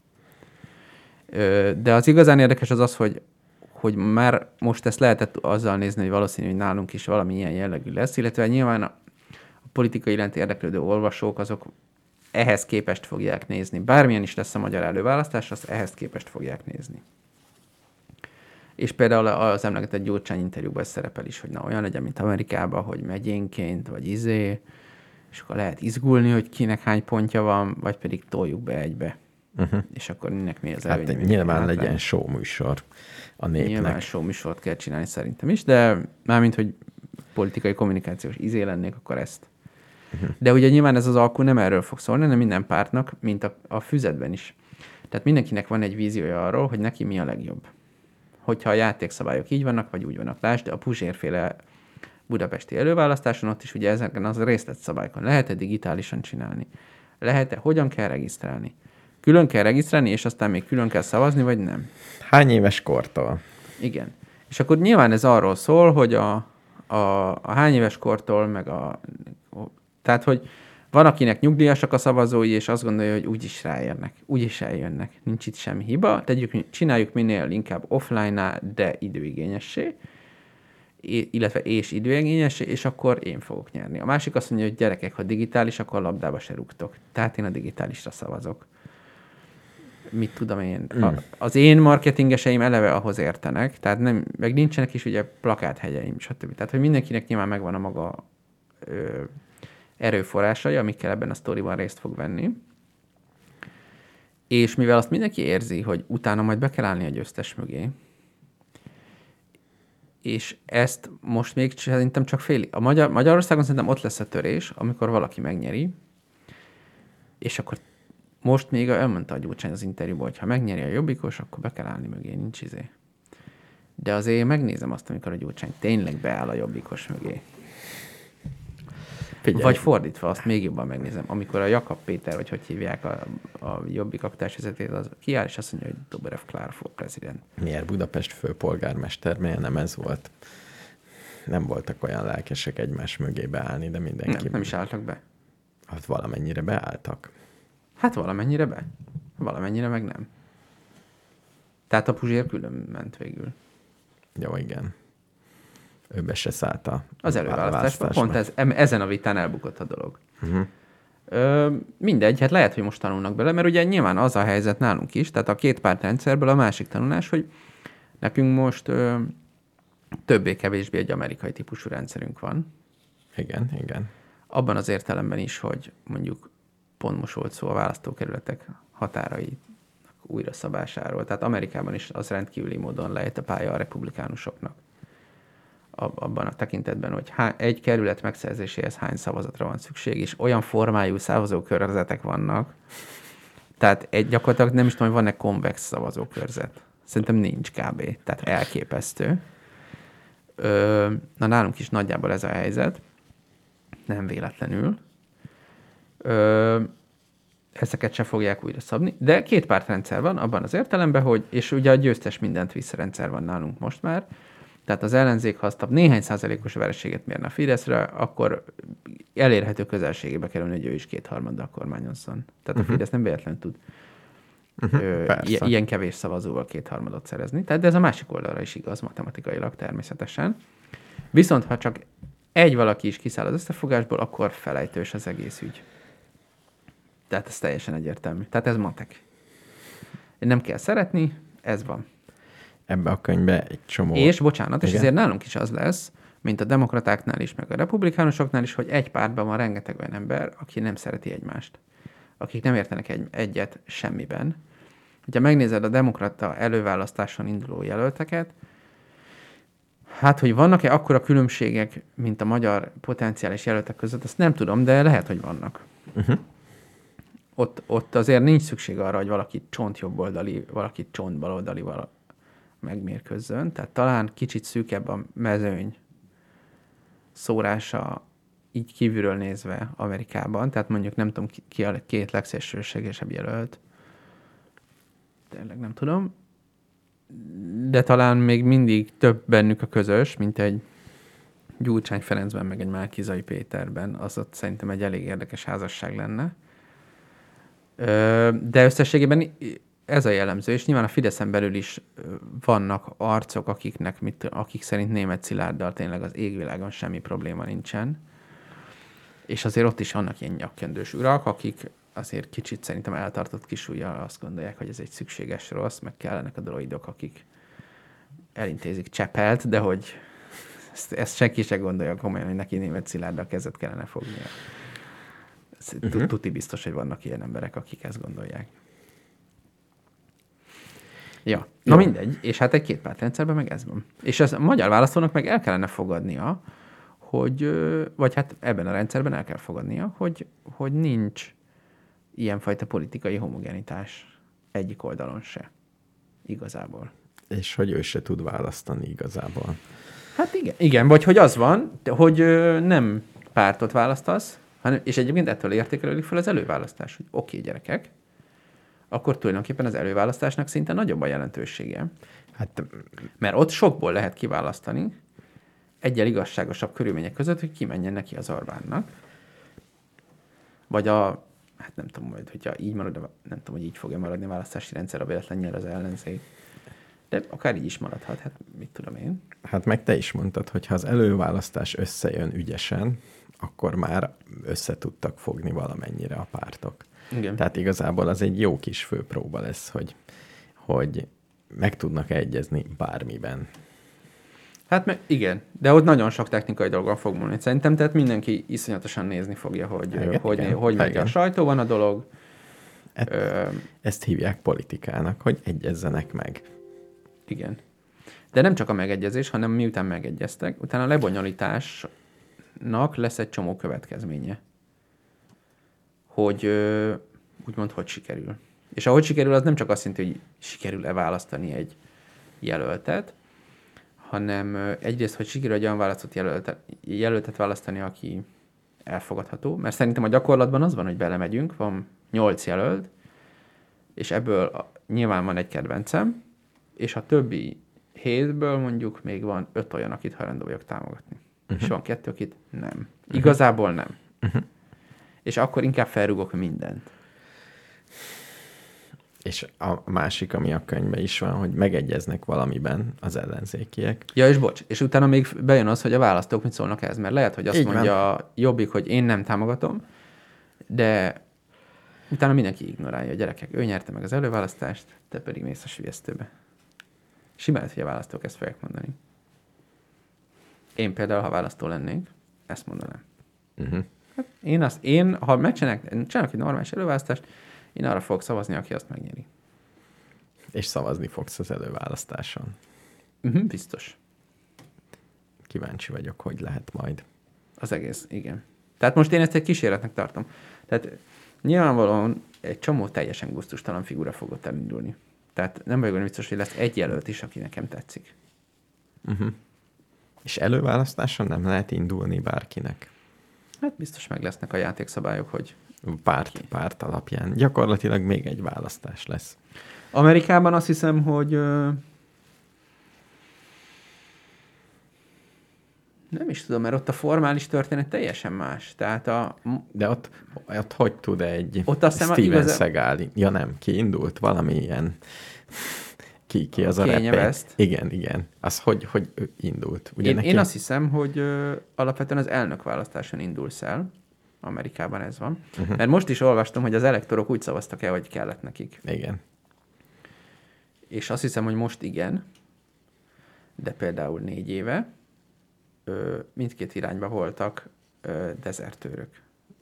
Ö, de az igazán érdekes az az, hogy, hogy már most ezt lehetett azzal nézni, hogy valószínű, hogy nálunk is valami ilyen jellegű lesz, illetve nyilván a, a politikai iránt érdeklődő olvasók, azok ehhez képest fogják nézni. Bármilyen is lesz a magyar előválasztás, azt ehhez képest fogják nézni. És például az emlegetett Gyurcsány interjúban szerepel is, hogy na olyan legyen, mint Amerikában, hogy megyénként, vagy izé, és akkor lehet izgulni, hogy kinek hány pontja van, vagy pedig toljuk be egybe. Uh-huh. És akkor mindenek mi az előnye. Hát nyilván legyen show műsor a népnek. Nyilván show műsort kell csinálni szerintem is, de mármint, hogy politikai kommunikációs izé lennék, akkor ezt. Uh-huh. De ugye nyilván ez az alkú nem erről fog szólni, hanem minden pártnak, mint a, a füzetben is. Tehát mindenkinek van egy víziója arról, hogy neki mi a legjobb. Hogyha a játékszabályok így vannak, vagy úgy vannak. Lásd, a Puzsérféle budapesti előválasztáson ott is ugye ezeken az részletszabályokon lehet-e digitálisan csinálni? Lehet-e, hogyan kell regisztrálni? Külön kell regisztrálni, és aztán még külön kell szavazni, vagy nem? Hány éves kortól? Igen. És akkor nyilván ez arról szól, hogy a, a, a hány éves kortól, meg a... Tehát, hogy van, akinek nyugdíjasak a szavazói, és azt gondolja, hogy úgyis ráérnek, úgyis eljönnek. Nincs itt semmi hiba, tegyük, csináljuk minél inkább offline-nál, de időigényessé, illetve és időigényessé, és akkor én fogok nyerni. A másik azt mondja, hogy gyerekek, ha digitális, akkor a labdába se rúgtok. Tehát én a digitálisra szavazok. Mit tudom én? Mm. A, az én marketingeseim eleve ahhoz értenek, tehát nem, meg nincsenek is ugye plakáthegyeim, stb. Tehát, hogy mindenkinek nyilván megvan a maga... Ö, erőforrásai, amikkel ebben a sztoriban részt fog venni. És mivel azt mindenki érzi, hogy utána majd be kell állni a győztes mögé, és ezt most még szerintem csak fél... A Magyar, Magyarországon szerintem ott lesz a törés, amikor valaki megnyeri, és akkor most még elmondta a Gyurcsány az interjúban, hogy ha megnyeri a Jobbikos, akkor be kell állni mögé, nincs izé. De azért megnézem azt, amikor a Gyurcsány tényleg beáll a Jobbikos mögé. Figyelj. Vagy fordítva, azt még jobban megnézem. Amikor a Jakab Péter, vagy hogy hívják a, a Jobbik aktársvezetőt, az kiáll, és azt mondja, hogy Dobrev Klára for president. Miért Budapest főpolgármester? Miért nem ez volt? Nem voltak olyan lelkesek egymás mögé beállni, de mindenki... Nem, nem is álltak be. Hát valamennyire beálltak. Hát valamennyire be. Valamennyire meg nem. Tehát a Puzsér külön ment végül. Jó, igen. Ő be se szállt a az előválasztásban. Pont ez, ezen a vitán elbukott a dolog. Uh-huh. Ö, mindegy, hát lehet, hogy most tanulnak bele, mert ugye nyilván az a helyzet nálunk is, tehát a két pártrendszerből a másik tanulás, hogy nekünk most ö, többé-kevésbé egy amerikai típusú rendszerünk van. Igen, igen. Abban az értelemben is, hogy mondjuk pont most volt szó a választókerületek határai újra szabásáról. Tehát Amerikában is az rendkívüli módon lejött a pálya a republikánusoknak. Abban a tekintetben, hogy há- egy kerület megszerzéséhez hány szavazatra van szükség, és olyan formájú szavazókörzetek vannak, tehát egy, gyakorlatilag nem is tudom, hogy van-e konvex szavazókörzet. Szerintem nincs kb. Tehát elképesztő. Ö, na nálunk is nagyjából ez a helyzet. Nem véletlenül. Ö, ezeket se fogják újra szabni, de két pártrendszer van abban az értelemben, hogy, és ugye a győztes mindent vissza rendszer van nálunk most már. Tehát az ellenzék, ha azt néhány százalékos vereséget mérne a Fideszre, akkor elérhető közelségébe kerülni, hogy ő is kétharmaddal kormányozzon. Tehát uh-huh. a Fidesz nem véletlenül tud uh-huh, ö, i- ilyen kevés szavazóval kétharmadot szerezni. Tehát ez a másik oldalra is igaz matematikailag természetesen. Viszont ha csak egy valaki is kiszáll az összefogásból, akkor felejtős az egész ügy. Tehát ez teljesen egyértelmű. Tehát ez matek. Nem kell szeretni, ez van. Ebbe a könyvbe egy csomó... És, bocsánat, Igen? és ezért nálunk is az lesz, mint a demokratáknál is, meg a republikánusoknál is, hogy egy pártban van rengeteg olyan ember, aki nem szereti egymást. Akik nem értenek egy, egyet semmiben. Ha megnézed a demokrata előválasztáson induló jelölteket, hát, hogy vannak-e akkora különbségek, mint a magyar potenciális jelöltek között, azt nem tudom, de lehet, hogy vannak. Uh-huh. Ott, ott azért nincs szükség arra, hogy valaki csontjobboldali, valaki csontbaloldali vala megmérkőzzön. Tehát talán kicsit szűkebb a mezőny szórása így kívülről nézve Amerikában. Tehát mondjuk nem tudom, ki, ki a két legszélsőségesebb jelölt. Tényleg nem tudom. De talán még mindig több bennük a közös, mint egy Gyurcsány Ferencben, meg egy Márki-Zay Péterben. Az ott szerintem egy elég érdekes házasság lenne. De összességében ez a jellemző, és nyilván a Fideszen belül is vannak arcok, akiknek, mit, akik szerint Németh Szilárddal tényleg az égvilágon semmi probléma nincsen. És azért ott is vannak ilyen nyakkendős urak, akik azért kicsit szerintem eltartott kisújjal azt gondolják, hogy ez egy szükséges rossz, meg kellenek a droidok, akik elintézik Csepelt, de hogy ezt, ezt senki se gondolja komolyan, hogy neki Németh Szilárddal kezet kellene fognia. Uh-huh. Tuti biztos, hogy vannak ilyen emberek, akik ezt gondolják. Ja, na Jó. mindegy. És hát egy kétpártrendszerben meg ez van. És az a magyar választónak meg el kellene fogadnia, hogy, vagy hát ebben a rendszerben el kell fogadnia, hogy, hogy nincs ilyenfajta politikai homogenitás egyik oldalon se. Igazából. És hogy ő se tud választani igazából. Hát igen, igen, vagy hogy az van, hogy nem pártot választasz, hanem, és egyébként ettől értékelődik fel az előválasztás, hogy oké, okay, gyerekek, akkor tulajdonképpen az előválasztásnak szinte nagyobb a jelentősége. Hát, mert ott sokból lehet kiválasztani egyel igazságosabb körülmények között, hogy kimenjen neki az Orbánnak. Vagy a, hát nem tudom majd, hogyha így marad, nem tudom, hogy így fogja maradni a választási rendszer, a véletlen nyer az ellenzék. De akár így is maradhat, hát mit tudom én. Hát meg te is mondtad, hogy ha az előválasztás összejön ügyesen, akkor már össze tudtak fogni valamennyire a pártok. Igen. Tehát igazából az egy jó kis főpróba lesz, hogy, hogy meg tudnak egyezni bármiben. Hát meg, igen, de ott nagyon sok technikai dolgon fog múlni. Szerintem, tehát mindenki iszonyatosan nézni fogja, hogy igen, hogy, igen, hogy megy igen. a sajtóban a dolog. Et, Ö... Ezt hívják politikának, hogy egyezzenek meg. Igen. De nem csak a megegyezés, hanem miután megegyeztek, utána a lebonyolításnak lesz egy csomó következménye. Hogy ö, úgymond, hogy sikerül. És ahogy sikerül, az nem csak azt jelenti, hogy sikerül-e választani egy jelöltet, hanem ö, egyrészt, hogy sikerül egy olyan választott jelöltet, jelöltet választani, aki elfogadható. Mert szerintem a gyakorlatban az van, hogy belemegyünk, van nyolc jelölt, és ebből a, nyilván van egy kedvencem, és a többi hétből mondjuk még van öt olyan, akit hajlandó vagyok támogatni. Uh-huh. És van kettő, akit nem. Uh-huh. Igazából nem. Uh-huh. És akkor inkább felrúgok mindent. És a másik, ami a könyvben is van, hogy megegyeznek valamiben az ellenzékiek. Ja, és bocs, és utána még bejön az, hogy a választók mit szólnak ez, mert lehet, hogy azt Így mondja van. a Jobbik, hogy én nem támogatom, de utána mindenki ignorálja a gyerekek. Ő nyerte meg az előválasztást, te pedig mész a sülyeztőbe. Simán lehet, hogy a választók ezt fogják mondani. Én például, ha választó lennék, ezt mondanám. Uh-huh. Hát én, azt, én, ha megcsinálok csinálok egy normális előválasztást, én arra fogok szavazni, aki azt megnyeri. És szavazni fogsz az előválasztáson. Uh-huh, biztos. Kíváncsi vagyok, hogy lehet majd. Az egész, igen. Tehát most én ezt egy kísérletnek tartom. Tehát nyilvánvalóan egy csomó teljesen gusztustalan figura fogott elindulni. Tehát nem vagyok olyan biztos, hogy lesz egy jelölt is, aki nekem tetszik. Uh-huh. És előválasztáson nem lehet indulni bárkinek? Hát biztos meg lesznek a játékszabályok, hogy... Párt, párt alapján. Gyakorlatilag még egy választás lesz. Amerikában azt hiszem, hogy... Ö... Nem is tudom, mert ott a formális történet teljesen más. Tehát a... De ott, ott hogy tud egy ott azt Steven igaz... Seagal... Ja nem, ki indult? Valami ilyen... Ki, ki az a, a rapper? Igen, igen. Az hogy, hogy indult? Ugye én, neki... én azt hiszem, hogy ö, alapvetően az elnökválasztáson indulsz el. Amerikában ez van. Uh-huh. Mert most is olvastam, hogy az elektorok úgy szavaztak el, hogy kellett nekik. Igen. És azt hiszem, hogy most igen, de például négy éve ö, mindkét irányba voltak ö, dezertőrök.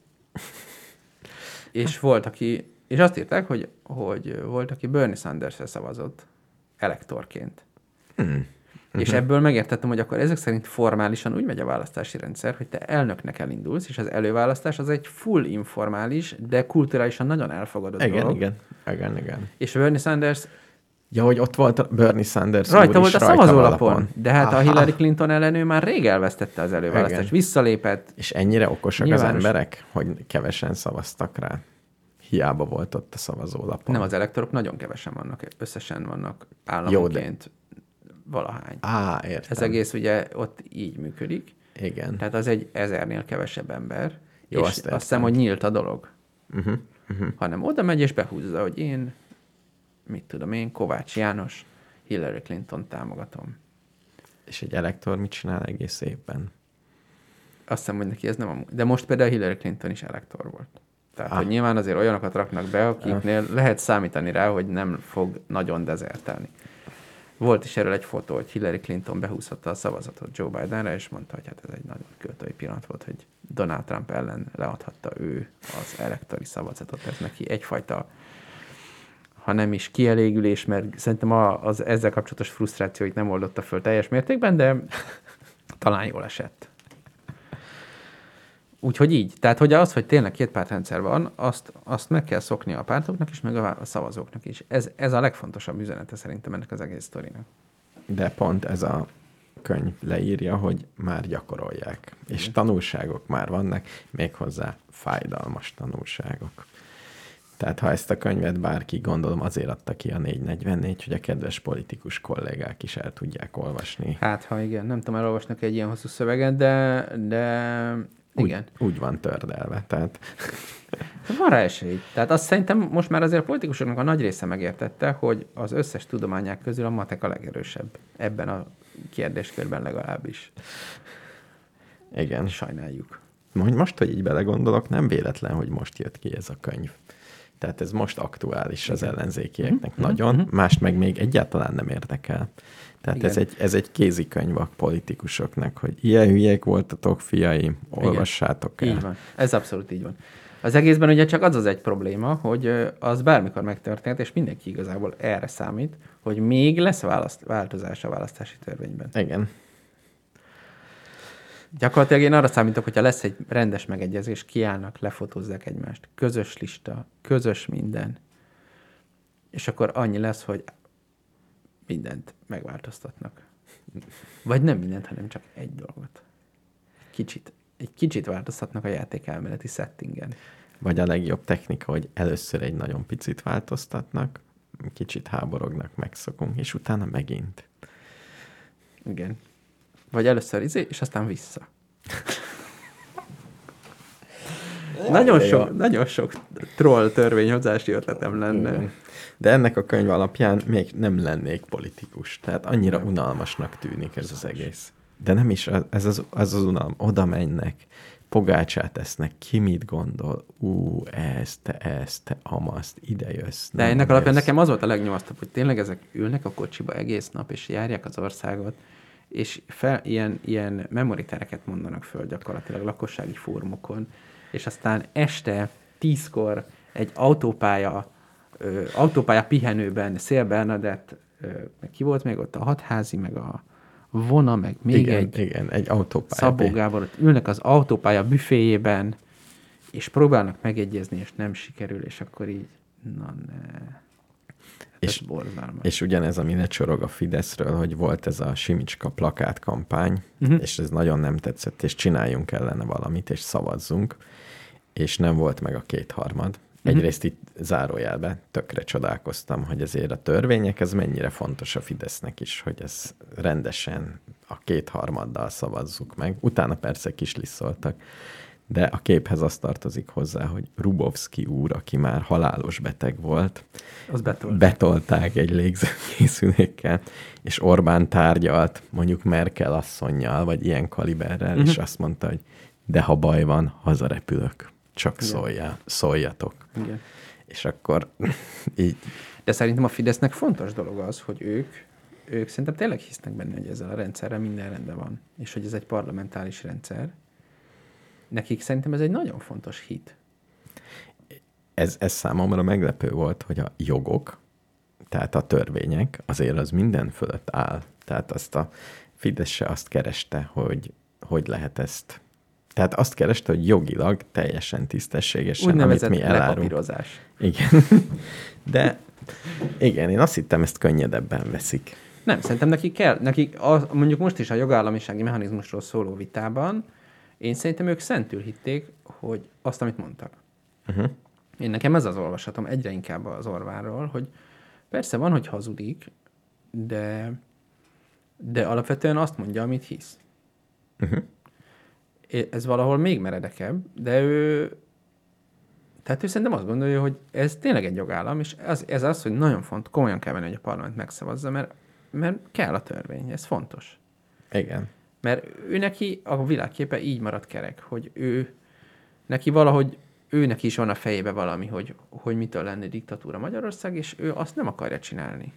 És volt, aki, és azt írták, hogy, hogy volt, aki Bernie Sanders-re szavazott elektorként. Mm. És ebből megértettem, hogy akkor ezek szerint formálisan úgy megy a választási rendszer, hogy te elnöknek elindulsz, és az előválasztás az egy full informális, de kulturálisan nagyon elfogadott Igen, dolog. igen, igen, igen. És Bernie Sanders Ja, hogy ott volt a Bernie Sanders rajta úr volt is a rajta szavazólapon, valapon. de hát Aha. a Hillary Clinton ellen ő már rég elvesztette az előválasztást. Igen. Visszalépett. És ennyire okosak Nyilvános. az emberek, hogy kevesen szavaztak rá. Hiába volt ott a szavazólapon. Nem, az elektorok nagyon kevesen vannak, összesen vannak államonként valahány. Á, értem. Ez egész ugye ott így működik. Igen. Tehát az egy ezernél kevesebb ember. Jó, és azt azt értem. hiszem, hogy nyílt a dolog. Uh-huh. Uh-huh. Hanem oda megy és behúzza, hogy én, mit tudom én, Kovács János, Hillary Clinton támogatom. És egy elektor mit csinál egész évben? Azt hiszem, hogy neki ez nem a... De most például Hillary Clinton is elektor volt. Tehát, Ah. hogy nyilván azért olyanokat raknak be, akiknél lehet számítani rá, hogy nem fog nagyon dezertálni. Volt is erről egy fotó, hogy Hillary Clinton behúzhatta a szavazatot Joe Bidenre, és mondta, hogy hát ez egy nagyon költői pillanat volt, hogy Donald Trump ellen leadhatta ő az elektori szavazatot. Ez neki egyfajta, ha nem is kielégülés, mert szerintem a, az ezzel kapcsolatos frusztrációit nem oldotta föl teljes mértékben, de talán jól esett. Úgyhogy így. Tehát, hogy az, hogy tényleg két pártrendszer van, azt, azt meg kell szokni a pártoknak is, meg a, a szavazóknak is. Ez, ez a legfontosabb üzenete szerintem ennek az egész sztorinak. De pont ez a könyv leírja, hogy már gyakorolják. És tanulságok már vannak, méghozzá fájdalmas tanulságok. Tehát ha ezt a könyvet bárki, gondolom azért adta ki a négy negyvennégy, hogy a kedves politikus kollégák is el tudják olvasni. Hát, ha igen, nem tudom elolvasnak egy ilyen hosszú szöveget, de, de igen. Úgy, úgy van tördelve, tehát... Van rá esély. Tehát azt szerintem most már azért a politikusoknak a nagy része megértette, hogy az összes tudományák közül a matek a legerősebb. Ebben a kérdéskörben legalábbis. Igen. Sajnáljuk. Most, most, hogy így belegondolok, nem véletlen, hogy most jött ki ez a könyv. Tehát ez most aktuális az ellenzékieknek Mhm, nagyon, mhm. mást meg még egyáltalán nem érdekel. Tehát ez Igen. egy, ez egy kézikönyv a politikusoknak, hogy ilyen hülyék voltatok, fiaim, olvassátok el. Így van. Ez abszolút így van. Az egészben ugye csak az az egy probléma, hogy ö, az bármikor megtörténhet, és mindenki igazából erre számít, hogy még lesz választ, változás a választási törvényben. Igen. Gyakorlatilag én arra számítok, hogyha lesz egy rendes megegyezés, kiállnak, lefotózzák egymást, közös lista, közös minden, és akkor annyi lesz, hogy mindent megváltoztatnak. Vagy nem mindent, hanem csak egy dolgot. Kicsit. Egy kicsit változtatnak a játékelméleti settingen. Vagy a legjobb technika, hogy először egy nagyon picit változtatnak, kicsit háborognak, megszokunk, és utána megint. Igen. Vagy először izé, és aztán vissza. nagyon, sok, nagyon sok troll törvényhozási ötletem lenne. Igen. De ennek a könyv alapján még nem lennék politikus. Tehát annyira unalmasnak tűnik ez az egész. De nem is, ez az, az, az unalom. Oda mennek, pogácsát esznek, ki mit gondol, ú, ez, te ez, te amaszt, ide jössz. De ennek alapján nekem az volt a legnyomasztóbb, hogy tényleg ezek ülnek a kocsiba egész nap, és járják az országot, és fel, ilyen, ilyen memoritereket mondanak föl gyakorlatilag lakossági fórumokon, és aztán este tízkor egy autópálya, ö, autópálya pihenőben Szél Bernadett, ö, meg ki volt még ott, a Hatházi, meg a Vona, meg még igen, egy, igen, egy autópálya. Szabó Gábor, ott ülnek az autópálya büféjében, és próbálnak megegyezni, és nem sikerül, és akkor így, na ne. És, borzalmas. és ugyanez, ami lecsorog a Fideszről, hogy volt ez a Simicska plakátkampány, Uh-huh. és ez nagyon nem tetszett, és csináljunk ellene valamit, és szavazzunk, és nem volt meg a kétharmad. Uh-huh. Egyrészt itt zárójelben tökre csodálkoztam, hogy ezért a törvények, ez mennyire fontos a Fidesznek is, hogy ez rendesen a kétharmaddal szavazzuk meg. Utána persze kislisszoltak, de a képhez az tartozik hozzá, hogy Rubovszki úr, aki már halálos beteg volt, Az betolt. betolták egy légzőkészülékkel, és Orbán tárgyalt mondjuk Merkel asszonnyal, vagy ilyen kaliberrel, uh-huh. és azt mondta, hogy de ha baj van, hazarepülök, csak szóljál, szóljatok. Igen. És akkor így... De szerintem a Fidesznek fontos dolog az, hogy ők, ők szerintem tényleg hisznek benne, hogy ezzel a rendszerrel minden rendben van, és hogy ez egy parlamentáris rendszer. Nekik szerintem ez egy nagyon fontos hit. Ez, ez számomra meglepő volt, hogy a jogok, tehát a törvények, azért az minden fölött áll. Tehát azt a Fidesz se azt kereste, hogy hogy lehet ezt. Tehát azt kereste, hogy jogilag teljesen tisztességesen, úgynevezett amit mi elárunk. lepapírozás. Igen. De igen, én azt hittem, ezt könnyedebben veszik. Nem, szerintem nekik kell, nekik a, mondjuk most is a jogállamisági mechanizmusról szóló vitában, én szerintem ők szentül hitték, hogy azt, amit mondtak. Uh-huh. Én nekem ez az olvasatom egyre inkább az Orbánról, hogy persze van, hogy hazudik, de, de alapvetően azt mondja, amit hisz. Uh-huh. Ez valahol még meredekebb, de ő... Tehát ő szerintem azt gondolja, hogy ez tényleg egy jogállam, és ez, ez az, hogy nagyon fontos, komolyan kell venni, hogy a parlament megszavazza, mert, mert kell a törvény, ez fontos. Igen. Mert ő neki a világképe így marad kerek, hogy ő neki valahogy, ő neki is van a fejébe valami, hogy, hogy mitől lenne diktatúra Magyarország, és ő azt nem akarja csinálni.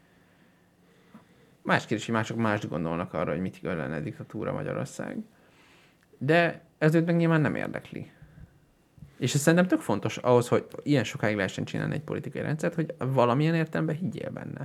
Más kérdés, hogy mások mást gondolnak arra, hogy mit lenne diktatúra Magyarország. De ez őt meg nyilván nem érdekli. És ez szerintem tök fontos ahhoz, hogy ilyen sokáig lehessen csinálni egy politikai rendszert, hogy valamilyen értelemben higgyél benne.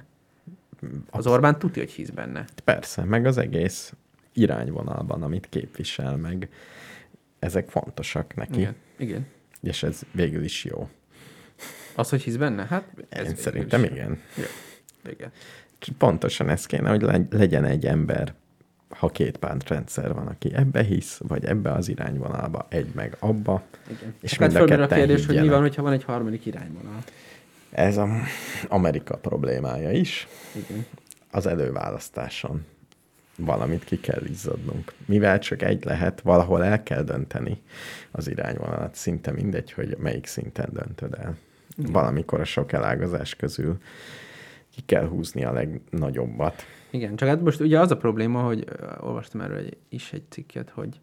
Az Orbán tudja, hogy hisz benne. Persze, meg az egész irányvonalban, amit képvisel, meg ezek fontosak neki. Igen, igen. És ez végül is jó. Az, hogy hisz benne? Hát ez Én szerintem is igen. Jó. Igen. Pontosan ez kéne, hogy legyen egy ember, ha két pártrendszer van, aki ebbe hisz, vagy ebbe az irányvonalba, egy meg abba. Igen. És hát mind a fölmerül a ketten kérdés, hogy mi higgyenek. van, hogyha van egy harmadik irányvonal. Ez a Amerika problémája is. Igen. Az előválasztáson valamit ki kell izzadnunk. Mivel csak egy lehet, valahol el kell dönteni az irányvonalat. Szinte mindegy, hogy melyik szinten döntöd el. Igen. Valamikor a sok elágazás közül ki kell húzni a legnagyobbat. Igen, csak hát most ugye az a probléma, hogy uh, olvastam erről egy, is egy cikket, hogy,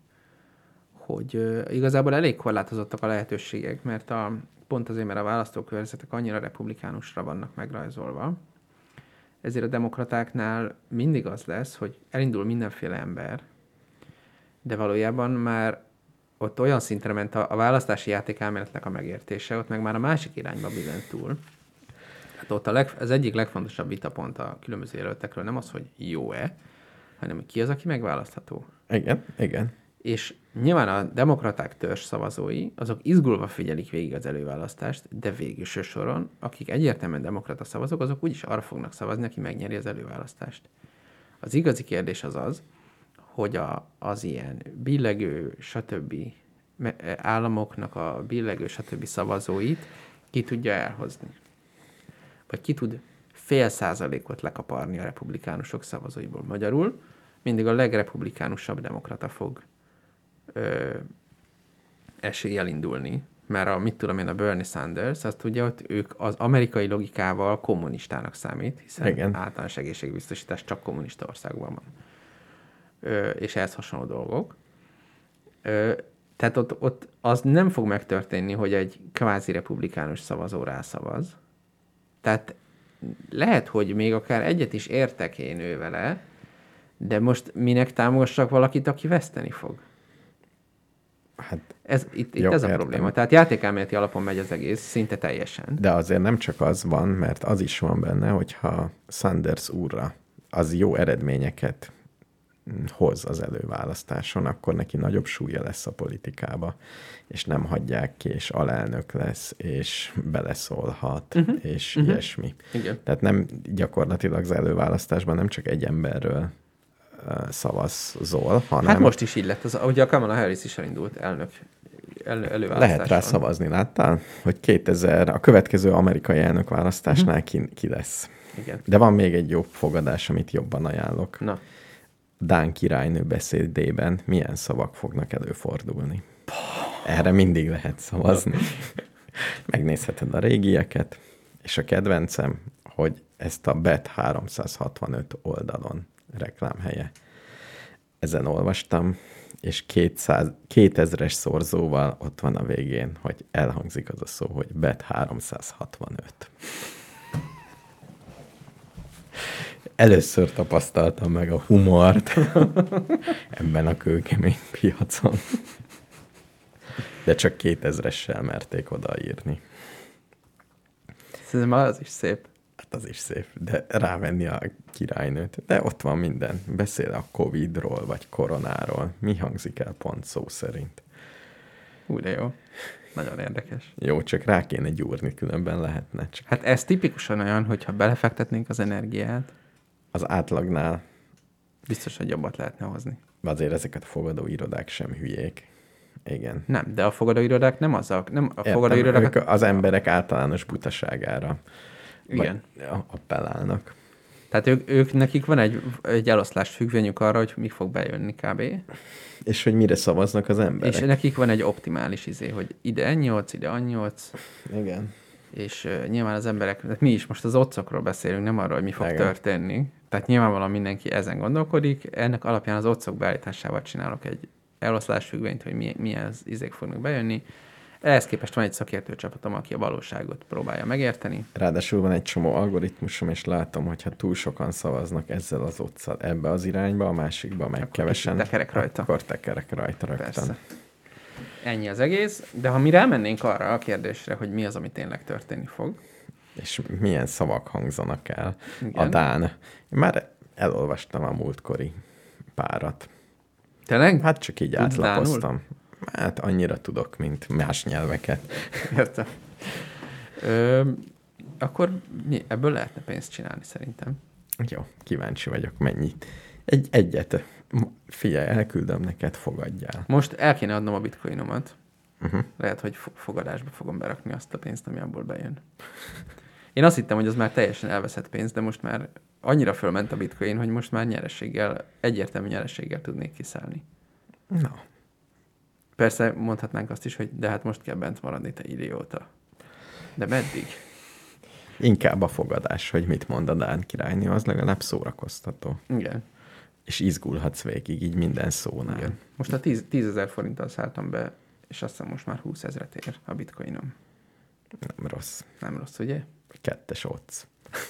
hogy uh, igazából elég korlátozottak a lehetőségek, mert a, pont azért, mert a választókörzetek annyira republikánusra vannak megrajzolva, ezért a demokratáknál mindig az lesz, hogy elindul mindenféle ember, de valójában már ott olyan szintre ment a, a választási játékelméletnek a megértése, ott meg már a másik irányba billent túl. Hát ott a leg, az egyik legfontosabb vitapont a különböző jelöltekről nem az, hogy jó-e, hanem hogy ki az, aki megválasztható. Igen, igen. És nyilván a demokraták törzs szavazói, azok izgulva figyelik végig az előválasztást, de végülső soron, akik egyértelműen demokrata szavazók, azok úgyis arra fognak szavazni, aki megnyeri az előválasztást. Az igazi kérdés az az, hogy a, az ilyen billegő, stb. Államoknak a billegő, stb. Szavazóit ki tudja elhozni. Vagy ki tud fél százalékot lekaparni a republikánusok szavazóiból. Magyarul mindig a legrepublikánusabb demokrata fog ö, eséllyel indulni, mert a, mit tudom én, a Bernie Sanders, azt tudja, hogy ők az amerikai logikával kommunistának számít, hiszen igen. általános egészségbiztosítás csak kommunista országban van. Ö, és ehhez hasonló dolgok. Ö, tehát ott, ott az nem fog megtörténni, hogy egy kvázi republikánus szavazó rászavaz. Tehát lehet, hogy még akár egyet is értek én ő vele, de most minek támogassak valakit, aki veszteni fog? Hát, ez, itt, jó, itt ez a értem. probléma. Tehát játékelméleti alapon megy az egész, szinte teljesen. De azért nem csak az van, mert az is van benne, hogyha Sanders úrra az jó eredményeket hoz az előválasztáson, akkor neki nagyobb súlya lesz a politikába, és nem hagyják ki, és alelnök lesz, és beleszólhat, uh-huh. és uh-huh. ilyesmi. Igen. Tehát nem gyakorlatilag az előválasztásban nem csak egy emberről uh, szavazol, hanem... Hát most is így lett. Az, ugye a Kamala Harris is elindult elnök elő, előválasztáson. Lehet rá szavazni, láttál? Hogy kétezer a következő amerikai elnökválasztásnál uh-huh. ki, ki lesz. Igen. De van még egy jobb fogadás, amit jobban ajánlok. Na. Dán királynő beszédében milyen szavak fognak előfordulni. Erre mindig lehet szavazni. Megnézheted a régieket, és a kedvencem, hogy ezt a Bet háromszázhatvanöt oldalon reklámhelye. Ezen olvastam, és kétszáz, kétezres szorzóval ott van a végén, hogy elhangzik az a szó, hogy bet háromszázhatvanöt. Először tapasztaltam meg a humort ebben a kőkemény piacon. De csak kétezressel merték odaírni. Szerintem az is szép. Hát az is szép, de rávenni a királynőt. De ott van minden. Beszél a Covidról, vagy koronáról. Mi hangzik el pont szó szerint? Ú, de jó. Nagyon érdekes. Jó, csak rá kéne gyúrni, különben lehetne. Csak Hát ez tipikusan olyan, hogyha belefektetnénk az energiát, az átlagnál biztos, hogy jobbat lehetne hozni. azért ezeket a fogadóirodák sem hülyék. Igen. Nem, de a fogadóirodák nem azzal, nem a Értem, fogadóirodák... ők az emberek általános butaságára Igen. appellálnak. Tehát ők, ők, nekik van egy, egy eloszlás függvényük arra, hogy mi fog bejönni kb. És hogy mire szavaznak az emberek. És nekik van egy optimális izé, hogy ide ennyiolc, ide annyiolc, Igen. és uh, nyilván az emberek, mi is most az otcokról beszélünk, nem arról, hogy mi fog Igen. történni. Tehát nyilvánvalóan mindenki ezen gondolkodik, ennek alapján az otcok beállításával csinálok egy eloszlás függvényt, hogy milyen, milyen az izék fognak bejönni. Ehhez képest van egy szakértő csapatom, aki a valóságot próbálja megérteni. Ráadásul van egy csomó algoritmusom, és látom, hogy ha túl sokan szavaznak ezzel az otccal ebbe az irányba, a másikba meg Akkor kevesen, kicsit tekerek rajta. akkor tekerek rajta rögtön. Persze. Ennyi az egész, de ha mi rámennénk arra a kérdésre, hogy mi az, ami tényleg történni fog. És milyen szavak hangzanak el. Igen. A Dán. Én már elolvastam a múltkori párat. Tényleg? Hát csak így Tudsz átlapoztam. Hát annyira tudok, mint más nyelveket. Értem. Ö, akkor mi, ebből lehetne pénzt csinálni szerintem. Jó, kíváncsi vagyok, mennyit. Egy, egyet. Figyelj, elküldöm neked, fogadjál. Most el kéne adnom a bitcoinomat. Uh-huh. Lehet, hogy fo- fogadásba fogom berakni azt a pénzt, ami abból bejön. Én azt hittem, hogy az már teljesen elveszett pénz, de most már annyira fölment a bitcoin, hogy most már nyerességgel, egyértelmű nyerességgel tudnék kiszállni. Na, Persze mondhatnánk azt is, hogy de hát most kell bent maradni, te idióta. De meddig? inkább a fogadás, hogy mit mond a Dán királynő, az legalább szórakoztató. Igen. És izgulhatsz végig így minden szónál. Igen. Most a tízezer forinttal szálltam be, és azt hiszem most már húszezret ér a bitcoinom. Nem rossz. Nem rossz, ugye? Kettes odds.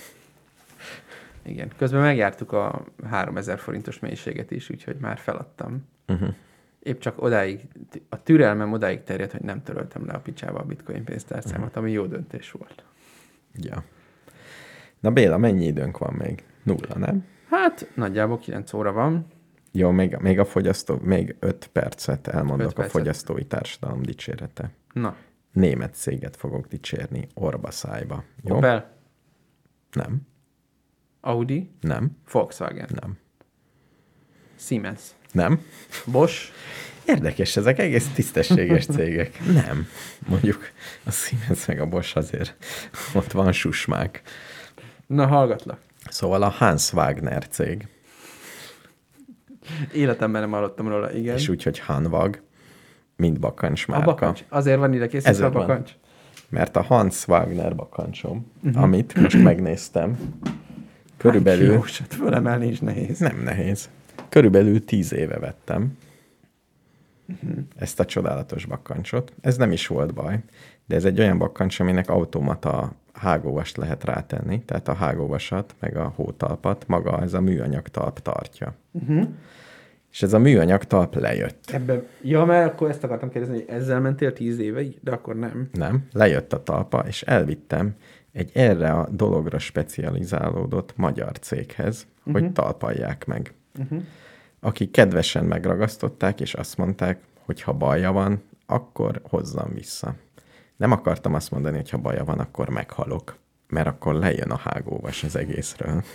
Igen. Közben megjártuk a háromezer forintos mélységet is, úgyhogy már feladtam. Uh-huh. Épp csak odáig, a türelmem odáig terjedt, hogy nem töröltem le a picsába a bitcoin pénztárcámat, uh-huh. ami jó döntés volt. Ja. Na Béla, mennyi időnk van még? Nulla, nem? Hát nagyjából kilenc óra van. Jó, még, még a fogyasztó, még öt percet elmondok öt percet. a fogyasztói társadalom dicsérete. Na. Német céget fogok dicsérni, orba szájba. Jó? Opel, Nem. Audi, Nem. Volkswagen, Nem. Siemens, Nem. Bosch. Érdekes, ezek egész tisztességes cégek. Nem. Mondjuk a Siemens meg a Bosch azért ott van susmák. Na, hallgatlak. Szóval a Hans Wagner cég. Életemben nem hallottam róla, igen. És úgy, hogy Hanwag, mint bakancs A márka. bakancs. Azért van ide készítve a Ezért van. bakancs. Mert a Hans Wagner bakancsom, uh-huh. amit most megnéztem, körülbelül... Hát, jósat, fölemelni is nehéz. Nem nehéz. Körülbelül tíz éve vettem Uh-huh. ezt a csodálatos bakkancsot. Ez nem is volt baj, de ez egy olyan bakkancs, aminek automata hágóvast lehet rátenni, tehát a hágóvasat, meg a hótalpat maga ez a műanyag talp tartja. Uh-huh. És ez a műanyag talp lejött. Ebben, ja, mert akkor ezt akartam kérdezni, hogy ezzel mentél tíz éveig, de akkor nem. Nem, lejött a talpa, és elvittem egy erre a dologra specializálódott magyar céghez, uh-huh. hogy talpalják meg. Uh-huh. Akik kedvesen megragasztották, és azt mondták, hogy ha baja van, akkor hozzam vissza. Nem akartam azt mondani, hogy ha baja van, akkor meghalok, mert akkor lejön a hágóvas az egészről.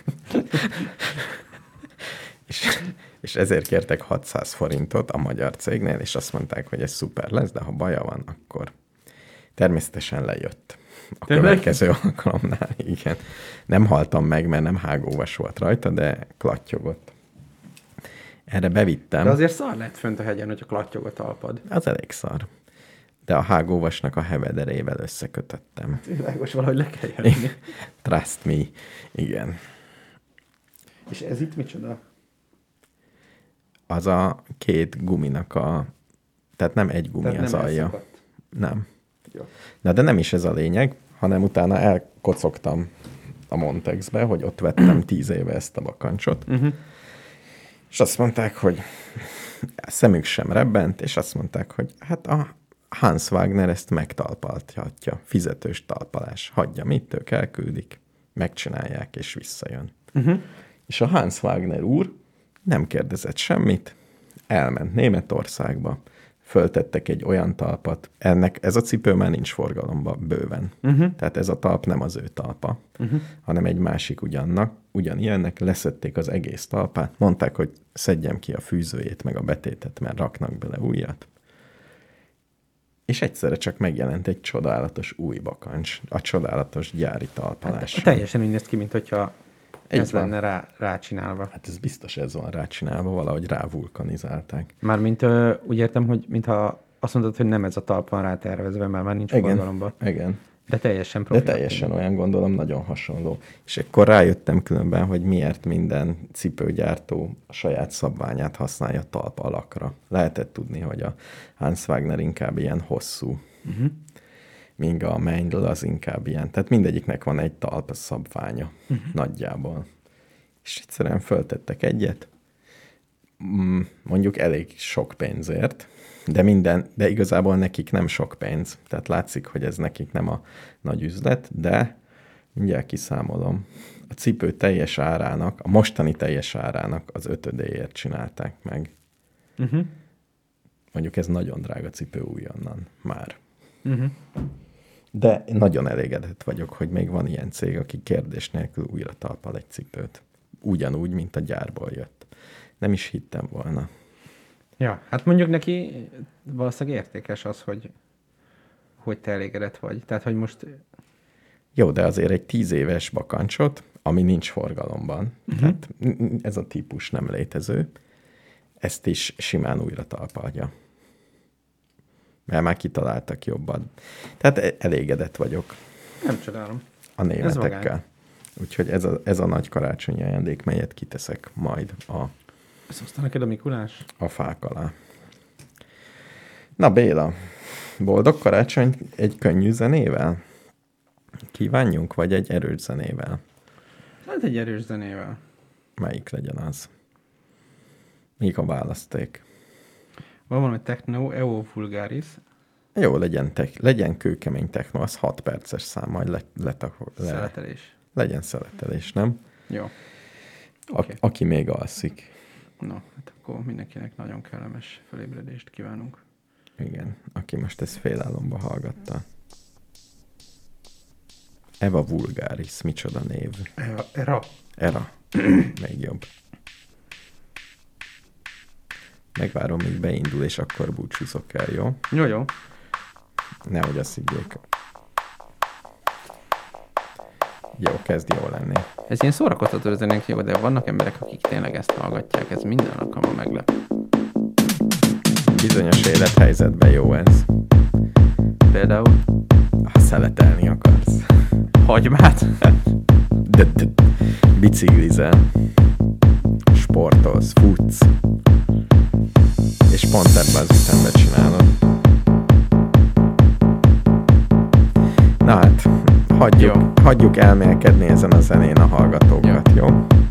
és, és ezért kértek hatszáz forintot a magyar cégnél, és azt mondták, hogy ez szuper lesz, de ha baja van, akkor természetesen lejött. A Tényleg? következő alkalomnál, igen. Nem haltam meg, mert nem hágóvas volt rajta, de klattyogott. Erre bevittem. De azért szar lehet fönt a hegyen, hogyha klattyog a talpad. Az elég szar. De a hágóvasnak a hevederével összekötöttem. Világos, valahogy le kell jönni. Trust me. Igen. És ez itt micsoda? az a két guminak a... Tehát nem egy gumi Tehát az nem alja. elszakadt. Nem. Jó. Na, de nem is ez a lényeg, hanem utána elkocogtam a Montexbe, hogy ott vettem tíz éve ezt a bakancsot, Uh-huh. és azt mondták, hogy a szemük sem rebbent, és azt mondták, hogy hát a Hans Wagner ezt megtalpalthatja, fizetős talpalás. Hagyja, mit ők elküldik, megcsinálják, és visszajön. Uh-huh. És a Hans Wagner úr nem kérdezett semmit, elment Németországba, föltettek egy olyan talpat, ennek ez a cipő már nincs forgalomban bőven. Uh-huh. Tehát ez a talp nem az ő talpa, Uh-huh. hanem egy másik ugyannak, ugyanilyennek, leszedték az egész talpát, mondták, hogy szedjem ki a fűzőjét, meg a betétet, mert raknak bele újat. És egyszerre csak megjelent egy csodálatos új bakancs, a csodálatos gyári talpalás. Hát, teljesen úgy néz ki, mint hogyha Így ez van. lenne rá, rácsinálva. Hát ez biztos ez van rácsinálva, valahogy rávulkanizálták. Mármint ö, úgy értem, hogy mintha azt mondod, hogy nem ez a talp van rá tervezve, mert már nincs Igen, forgalomban. igen. De teljesen De profi. teljesen olyan, gondolom, nagyon hasonló. És akkor rájöttem különben, hogy miért minden cipőgyártó a saját szabványát használja talp alakra. Lehetett tudni, hogy a Hans Wagner inkább ilyen hosszú, Uh-huh. míg a Meindl az inkább ilyen. Tehát mindegyiknek van egy talp szabványa Uh-huh. nagyjából. És egyszerűen föltettek egyet, mm, mondjuk elég sok pénzért, de minden, de igazából nekik nem sok pénz. Tehát látszik, hogy ez nekik nem a nagy üzlet, de mindjárt kiszámolom. A cipő teljes árának, a mostani teljes árának az ötödéért csinálták meg. Uh-huh. Mondjuk ez nagyon drága cipő újonnan már. Uh-huh. De nagyon elégedett vagyok, hogy még van ilyen cég, aki kérdés nélkül újra talpal egy cipőt. Ugyanúgy, mint a gyárból jött. Nem is hittem volna. Ja, hát mondjuk neki valószínűleg értékes az, hogy, hogy te elégedett vagy. Tehát, hogy most... Jó, de azért egy tíz éves bakancsot, ami nincs forgalomban, uh-huh. tehát ez a típus nem létező, ezt is simán újra talpalja. Mert már kitaláltak jobban. Tehát elégedett vagyok Nem csodálom. a németekkel. Úgyhogy ez a, ez a nagy karácsonyi ajándék, melyet kiteszek majd a, Ezt hozta neked a Mikulás? a fák alá. Na Béla, boldog karácsony egy könnyű zenével? Kívánjunk, vagy egy erős zenével? Hát egy erős zenével. Melyik legyen az? Melyik a választék? Van valami techno, Evo Vulgaris. Jó, legyen, te- legyen kőkemény techno, az hat perces szám, majd le, le, le, Szeletelés. legyen szeletelés, nem? Jó. A, Oké. Aki még alszik. No, hát akkor mindenkinek nagyon kellemes felébredést kívánunk. Igen, aki most ezt félálomba hallgatta. Eva Vulgaris, micsoda név. Era. Era. Era. Még jobb. Megvárom, míg beindul, és akkor búcsúzok el, jó? Jó, jó. Nehogy azt higgyék. Jó, kezd jól lenni. Ez ilyen szórakoztató zenék jó, de vannak emberek, akik tényleg ezt hallgatják. Ez minden alkalommal meglep. Bizonyos élethelyzetben jó ez. Például Ha szeletelni akarsz. hagymát. De, de, biciklizel. Sportolsz, futsz. És pont ebben az ütemben csinálod. Na hát, hagyjuk, hagyjuk elmélkedni ezen a zenén a hallgatókat, jó? jó?